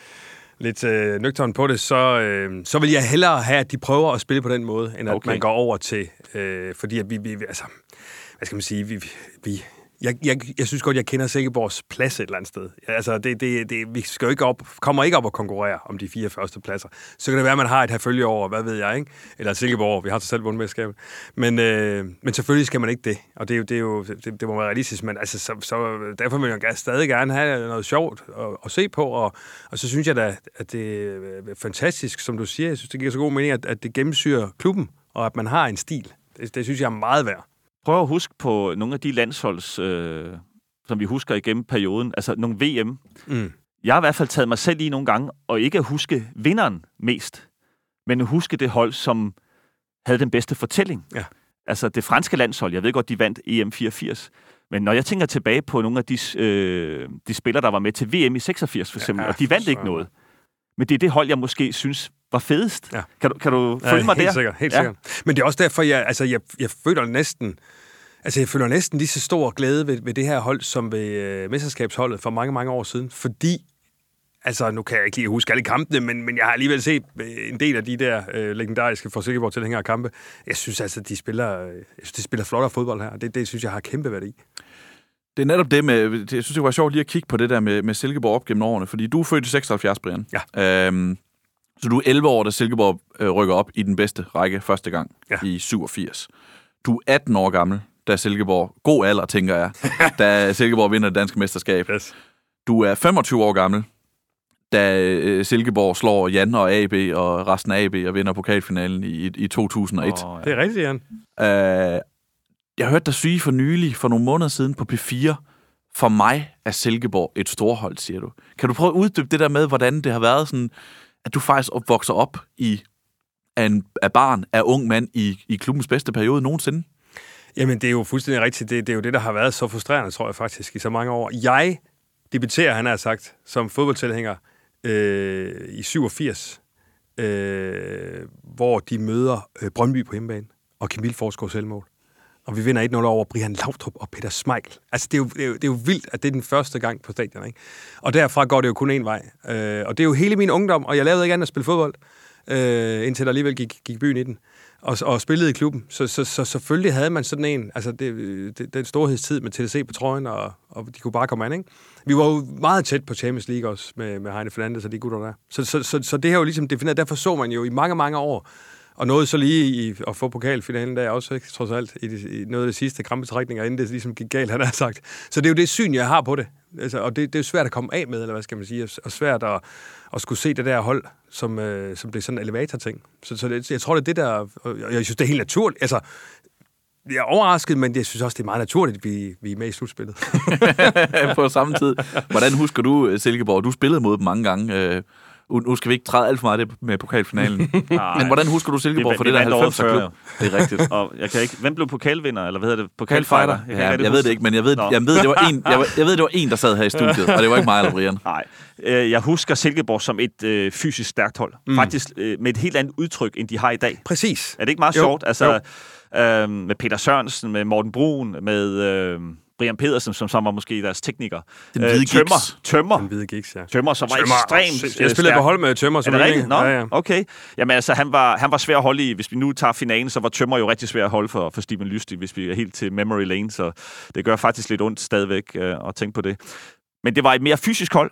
lidt øh, nøgteren på det, så, øh, så vil jeg hellere have, at de prøver at spille på den måde, end at okay. man går over til... Øh, fordi at vi, vi... Altså, hvad skal man sige? Vi... vi Jeg, jeg, jeg synes godt, jeg kender Silkeborgs plads et eller andet sted. Altså, det, det, det, vi skal jo ikke op, kommer ikke op og konkurrere om de fire første pladser. Så kan det være, at man har et herfølge over, hvad ved jeg, ikke? Eller Silkeborg, vi har til selv vundet mesterskabet. Men, øh, men selvfølgelig skal man ikke det. Og det er jo, det, er jo, det, det må være realistisk. Men altså, så, så derfor vil jeg stadig gerne have noget sjovt at, at se på. Og, og så synes jeg da, at det er fantastisk, som du siger. Jeg synes, det giver så god mening, at, at det gennemsyrer klubben, og at man har en stil. Det, det synes jeg er meget værd. Prøv at huske på nogle af de landsholds, øh, som vi husker igennem perioden, altså nogle V M. Mm. Jeg har i hvert fald taget mig selv i nogle gange, og ikke at huske vinderen mest, men at huske det hold, som havde den bedste fortælling. Ja. Altså det franske landshold, jeg ved godt, de vandt E M fireogfirs, men når jeg tænker tilbage på nogle af de, øh, de spillere, der var med til V M i seksogfirs for eksempel, ja, og de vandt ikke noget. Men det er det hold, jeg måske synes var fedest. Ja. Kan du, kan du følge ja, mig helt der? Sikkert, helt ja. sikkert. Men det er også derfor, jeg, altså, jeg, jeg føler næsten... Altså, jeg føler næsten lige så stor glæde ved, ved det her hold, som ved øh, mesterskabsholdet for mange, mange år siden. Fordi, altså, nu kan jeg ikke lige huske alle kampene, men, men jeg har alligevel set en del af de der øh, legendariske for Silkeborg tilhængere kampe. Jeg synes altså, de spiller, jeg synes, de spiller flottere fodbold her. Det, det synes jeg har kæmpe værdi. Det er netop det med, jeg synes, det var sjovt lige at kigge på det der med, med Silkeborg op gennem årene, fordi du er født i seksoghalvfjerds, Brian. Ja. Øhm, så du er elleve år, da Silkeborg øh, rykker op i den bedste række første gang ja. i syvogfirs. Du er atten år gammel, da Silkeborg, god alder, tænker jeg, da Silkeborg vinder det danske mesterskab. Yes. Du er femogtyve år gammel, da øh, Silkeborg slår Jan og A B og resten af A B og vinder pokalfinalen i, i to tusind og et. Oh, ja. Det er rigtigt, Jan. Øh, jeg hørte dig sige for nylig, for nogle måneder siden på P fire, for mig er Silkeborg et storhold, siger du. Kan du prøve at uddybe det der med, hvordan det har været sådan, at du faktisk vokser op i af, en, af barn, af ung mand i, i klubbens bedste periode nogensinde? Jamen, det er jo fuldstændig rigtigt. Det, det er jo det, der har været så frustrerende, tror jeg faktisk, i så mange år. Jeg debuterer, han har sagt, som fodboldtilhænger øh, i syvogfirs, øh, hvor de møder øh, Brøndby på hjemmebane, og Camille Forsgaard selvmål. og vi vinder et nul over Brian Laudrup og Peter Schmeichel. Altså, det er, jo, det, er jo, det er jo vildt, at det er den første gang på stadion, ikke? Og derfra går det jo kun én vej. Øh, og det er jo hele min ungdom, og jeg lavede ikke andet at spille fodbold, øh, indtil der alligevel gik, gik byen i den, og, og spillede i klubben. Så, så, så selvfølgelig havde man sådan en, altså det, det, den storhedstid med T D C på trøjen, og, og de kunne bare komme an, ikke? Vi var jo meget tæt på Champions League også, med, med Heine Fernandes og de gutter der. Så, så, så, så det her jo ligesom defineret, derfor så man jo i mange, mange år, og nåede så lige i at få pokalfinalen der også, ikke? Trods alt, i, det, i noget af de sidste krampetrækninger, inden det ligesom gik galt, han har sagt. Så det er jo det syn, jeg har på det. Altså, og det, det er jo svært at komme af med, eller hvad skal man sige, og svært at, at skulle se det der hold, som, øh, som det er sådan en elevator-ting. Så, så det, jeg tror, det er det der, og jeg synes, det er helt naturligt. Altså, jeg er overrasket, men jeg synes også, det er meget naturligt, at vi, vi er med i slutspillet. På samme tid. Hvordan husker du, Silkeborg? Du spillede mod dem mange gange. Nu skal vi ikke træde alt for meget det med pokalfinalen. Men hvordan husker du Silkeborg det, for det, det der halvfemser-klub? Det er rigtigt. Og jeg kan ikke... Hvem blev pokalvinder, eller hvad hedder det? Pokalfighter? Jeg, ja, jeg ved det ikke, men jeg ved, jeg ved, det var en, jeg, jeg ved, det var en, der sad her i studiet, og det var ikke mig eller Brian. Nej. Jeg husker Silkeborg som et øh, fysisk stærkt hold. Mm. Faktisk øh, med et helt andet udtryk, end de har i dag. Præcis. Er det ikke meget jo. sjovt? Altså, øh, med Peter Sørensen, med Morten Brun, med... Øh, Brian Pedersen, som så var måske deres tekniker. Den hvide øh, tømmer, giks. Tømmer. Den hvide giks, ja. Tømmer, som var tømmer. ekstremt Jeg spillede på hold med Tømmer. Er det rigtigt? Nå, ja, ja. Okay. Jamen altså, han var, han var svær at holde i. Hvis vi nu tager finalen, så var Tømmer jo rigtig svær at holde for, for Steven Lystig, hvis vi er helt til memory lane, så det gør faktisk lidt ondt stadigvæk øh, at tænke på det. Men det var et mere fysisk hold.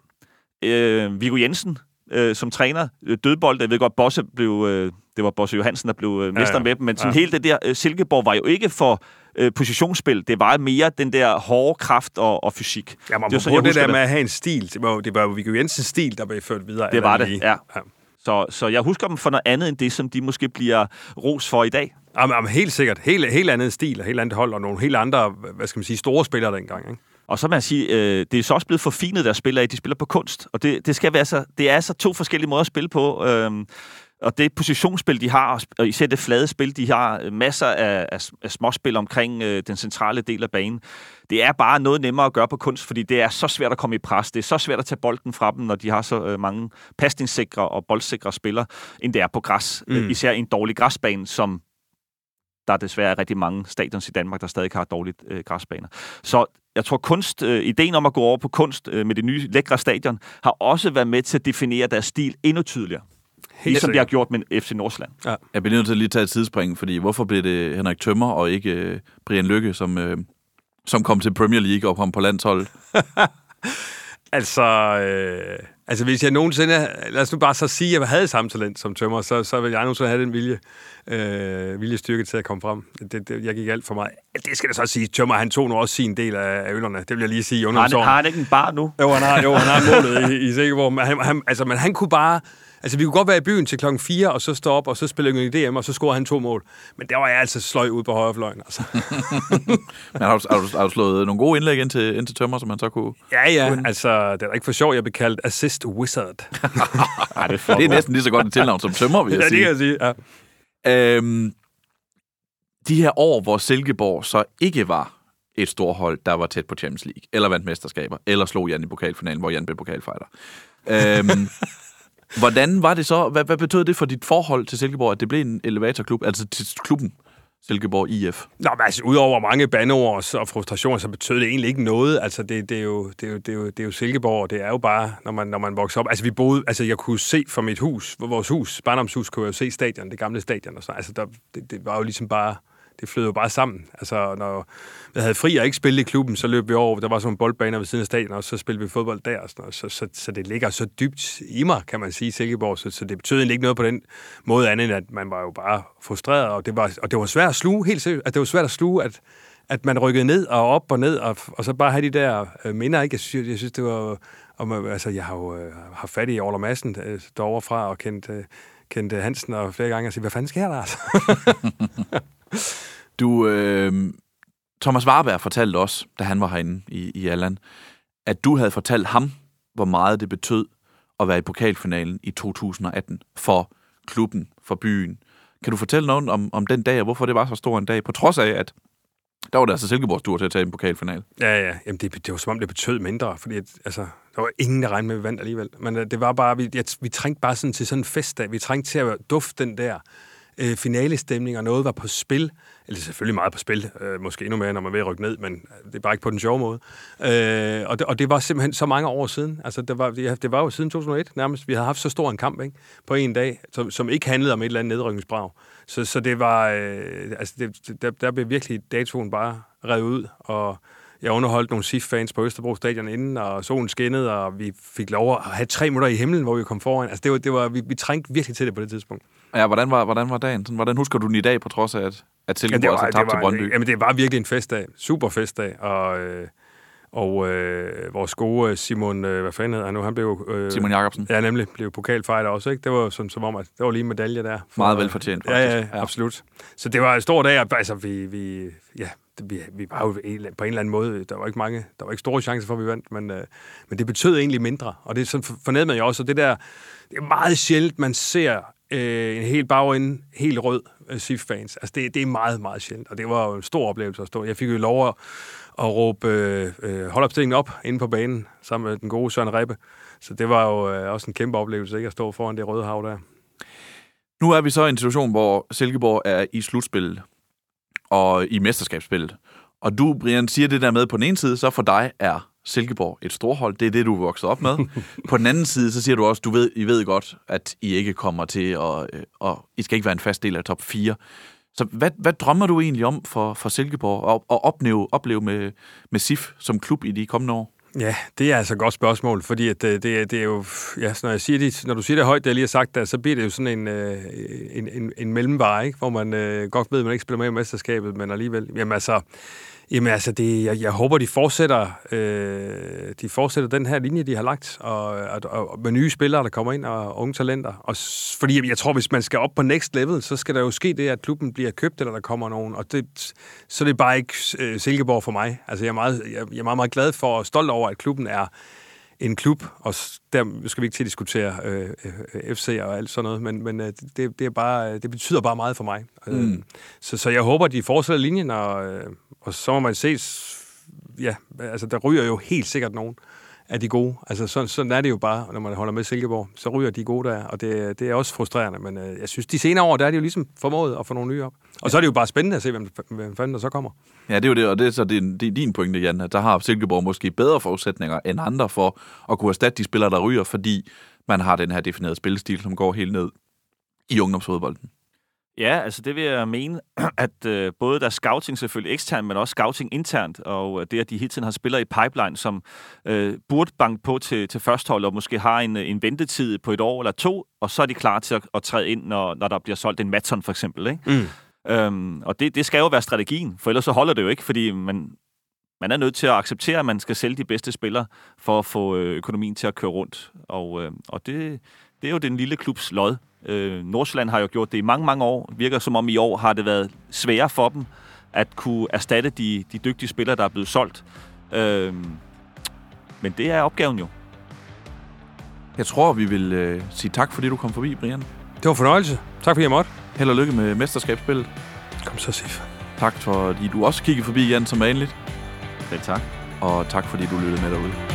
Øh, Viggo Jensen, øh, som træner, dødbold, jeg ved godt, Bosse blev... Øh, det var Bosse Johansen, der blev øh, mester ja, ja. med dem, men sådan ja. hele det der øh, Silkeborg var jo ikke for øh, positionsspil. Det var mere den der hårde kraft og, og fysik. Ja, man det var sådan, det der det. med at have en stil. Det var, det var jo Viggo Jensens stil, der blev ført videre. Det var det, lige. ja. ja. Så, så jeg husker dem for noget andet end det, som de måske bliver ros for i dag. Jamen, jamen helt sikkert. Helt, helt andet stil og helt andet hold, og nogle helt andre, hvad skal man sige, store spillere dengang, ikke? Og så vil jeg sige, øh, det er så også blevet forfinet, der spiller af. De spiller på kunst, og det, det skal være så, det er så to forskellige måder at spille på. Øh, Og det positionsspil, de har, og især det flade spil, de har masser af, af, af småspil omkring øh, den centrale del af banen. Det er bare noget nemmere at gøre på kunst, fordi det er så svært at komme i pres. Det er så svært at tage bolden fra dem, når de har så øh, mange pasningssikre og boldsikre spillere, end det er på græs. Mm. Øh, især en dårlig græsbane, som der desværre er rigtig mange stadions i Danmark, der stadig har dårligt øh, græsbaner. Så jeg tror, kunst, øh, ideen om at gå over på kunst øh, med det nye lækre stadion, har også været med til at definere deres stil endnu tydeligere. Helt ligesom de har gjort med F C Nordsjælland. Ja. Jeg bliver nødt til at lige tage et tidsspring, fordi hvorfor blev det Henrik Tømmer og ikke uh, Brian Lykke, som, uh, som kom til Premier League og kom på landsholdet? altså, øh, altså, hvis jeg nogensinde... Lad os nu bare så sige, at jeg havde samme talent som Tømmer, så, så ville jeg nogensinde have den vilje, øh, viljestyrke til at komme frem. Det, det, jeg gik alt for meget. Det skal jeg så sige. Tømmer, han tog nu også sin del af ølerne. Det vil jeg lige sige i ungdomsåren. Har han ikke en bar nu? Jo, han har, jo, han har målet i, i Silkeborg. Men han, han, altså, men han kunne bare... Altså, vi kunne godt være i byen til klokken fire, og så stå op, og så spille en D M, og så scorede han to mål. Men der var jeg altså sløj ud på højrefløjen, altså. Men har du, har, du, har du slået nogle gode indlæg ind til, ind til Tømmer, som han så kunne... Ja, ja. Kunne... Altså, det er ikke for sjovt, jeg blev kaldt assist wizard. Ej, det, er det er næsten lige så godt en tilnavn som Tømmer, vil jeg ja, sige. Ja, det kan jeg sige, ja. Øhm, de her år, hvor Silkeborg så ikke var et stort hold, der var tæt på Champions League, eller vandt mesterskaber, eller slog Jan i pokalfinalen, hvor Jan blev pokalfighter. Øhm... Hvordan var det så? Hvad, hvad betød det for dit forhold til Silkeborg, at det blev en elevatorklub, altså til klubben Silkeborg I F? Nå, men altså, udover mange bandeord og frustrationer, så betød det egentlig ikke noget. Altså, det, det, er, jo, det, er, jo, det, er, jo, det er jo Silkeborg, og det er jo bare, når man, når man vokser op. Altså, vi boede, altså, jeg kunne se fra mit hus, vores hus, barndomshus, kunne jeg jo se stadion, det gamle stadion og så. Altså, der, det, det var jo ligesom bare... Det flød jo bare sammen. Altså, når jeg havde fri og ikke spillet i klubben, så løb vi over. Der var sådan en boldbaner ved siden af stadion, og så spillede vi fodbold der. Og sådan noget. Så, så, så det ligger så dybt i mig, kan man sige, Silkeborg. Så, så det betød egentlig ikke noget på den måde andet, end at man var jo bare frustreret. Og det var, og det var svært at sluge, helt seriøst. At det var svært at sluge, at, at man rykkede ned og op og ned, og, og så bare have de der øh, minder. Ikke? Jeg, synes, jeg synes, det var... Og, altså, jeg har jo øh, haft fat i Orla Madsen øh, derovre fra, og kendt, øh, kendt Hansen og flere gange, og sige, hvad fanden sker der, altså? Du, øh, Thomas Warberg fortalte også, da han var herinde i, i Alland, at du havde fortalt ham, hvor meget det betød at være i pokalfinalen i to tusind og atten for klubben, for byen. Kan du fortælle noget om, om den dag, og hvorfor det var så stor en dag, på trods af, at der var det altså Silkeborgs tur til at tage en pokalfinal? Ja, ja. Jamen, det, det var som om, det betød mindre, fordi at, altså, der var ingen, der regnede med, at vi vandt alligevel. Men det var bare, vi, jeg, vi trængte bare sådan til sådan en festdag. Vi trængte til at dufte den der øh, finalestemning, og noget var på spil. Eller selvfølgelig meget på spil, øh, måske endnu mere, når man er ved at rykke ned, men det er bare ikke på den sjove måde. Øh, og, det, og det var simpelthen så mange år siden. Altså, det var, det var jo siden to tusind og et nærmest. Vi havde haft så stor en kamp, ikke? På en dag, som, som ikke handlede om et eller andet nedrykningsbrag. Så, så det var... Øh, altså, det, der, der blev virkelig datoen bare revet ud, og jeg underholdt nogle S I F-fans på Østerbro Stadion inden, og solen skinnede, og vi fik lov at have tre minutter i himlen, hvor vi kom foran. Altså, det var, det var, vi, vi trængte virkelig til det på det tidspunkt. Ja, hvordan var, hvordan var dagen? Hvordan husker du den i dag, på trods af, at, at Silkeborg ja, altså tabte til Brøndby? Jamen, det var virkelig en festdag. Super festdag. Og, øh, og øh, vores gode Simon, øh, hvad fanden hedder han nu? Han blev... Øh, Simon Jacobsen. Ja, nemlig. Blev pokalfighter også, ikke? Det var sådan, som om, at det var lige en medalje der. For, Meget velfortjent, faktisk. Ja, ja, ja, absolut. Så det var en stor dag. Altså, vi... vi ja, Vi, vi var jo på en eller anden måde, der var ikke mange, der var ikke store chancer for, at vi vandt, men, øh, men det betød egentlig mindre, og det sådan fornemmede man jo også, og det der, det er meget sjældent, man ser øh, en helt bagende, helt rød øh, S I F-fans. Altså det, det er meget, meget sjældent, og det var jo en stor oplevelse at stå. Jeg fik jo lov at, at råbe øh, øh, holdopstillingen op inde på banen, sammen med den gode Søren Rebbe, så det var jo øh, også en kæmpe oplevelse, ikke, at stå foran det røde hav der. Nu er vi så i en situation, hvor Silkeborg er i slutspillet, og i mesterskabsspillet. Og du, Brian, siger det der med, på den ene side, så for dig er Silkeborg et storhold. Det er det, du er vokset op med. På den anden side, så siger du også, du ved, I ved godt, at I ikke kommer til, og, og I skal ikke være en fast del af top fire. Så hvad, hvad drømmer du egentlig om for, for Silkeborg, at, at opleve, opleve med, med S I F som klub i de kommende år? Ja, det er altså et godt spørgsmål, fordi at det, det, det er jo, ja, når, jeg siger det, når du siger det højt, det jeg lige har sagt der, så bliver det jo sådan en, en, en, en mellemvare, ikke? Hvor man øh, godt ved, at man ikke spiller med i mesterskabet, men alligevel, jamen altså, jamen altså det, jeg, jeg håber, de fortsætter, øh, de fortsætter den her linje, de har lagt, og, og, og med nye spillere, der kommer ind, og unge talenter. Og, fordi jeg tror, hvis man skal op på next level, så skal der jo ske det, at klubben bliver købt, eller der kommer nogen, og det, så er det bare ikke øh, Silkeborg for mig. Altså jeg er, meget, jeg, jeg er meget, meget glad for og stolt over, at klubben er en klub, og der skal vi ikke til at diskutere øh, F C og alt sådan noget, men, men det, det, er bare, det betyder bare meget for mig. Mm. Så, så jeg håber, de fortsætter linjen, og, og så må man se, ja, altså der ryger jo helt sikkert nogen af de gode. Altså sådan, sådan er det jo bare, når man holder med Silkeborg, så ryger de gode der, og det, det er også frustrerende, men øh, jeg synes, de senere år, der er de jo ligesom formået at få nogle nye op. Og så er det jo bare spændende at se, hvem, hvem fanden der så kommer. Ja, det er jo det, og det er så det, det er din pointe, Jan, at der har Silkeborg måske bedre forudsætninger end andre for at kunne erstatte de spillere, der ryger, fordi man har den her definerede spillestil, som går helt ned i ungdomsfodbolden. Ja, altså det vil jeg mene, at øh, både der er scouting selvfølgelig eksternt, men også scouting internt, og det, at de hele tiden har spillere i pipeline, som øh, burde banke på til, til førstehold, og måske har en, en ventetid på et år eller to, og så er de klar til at, at træde ind, når, når der bliver solgt en Matson for eksempel, ikke? Mm. Øhm, og det, det skal jo være strategien, for ellers så holder det jo ikke, fordi man, man er nødt til at acceptere, at man skal sælge de bedste spillere, for at få økonomien til at køre rundt, og, øh, og det, det er jo den lille klubs lod. Øh, Nordsjælland har jo gjort det i mange, mange år. Virker som om i år har det været sværere for dem at kunne erstatte de, de dygtige spillere, der er blevet solgt. Øh, men det er opgaven jo. Jeg tror, vi vil øh, sige tak, fordi du kom forbi, Brian. Det var fornøjelse. Tak fordi jeg måtte. Held og lykke med mesterskabsspillet. Kom så, Sif. Tak fordi du også kiggede forbi, Jan, som vanligt. Vel tak. Og tak fordi du lyttede med derude.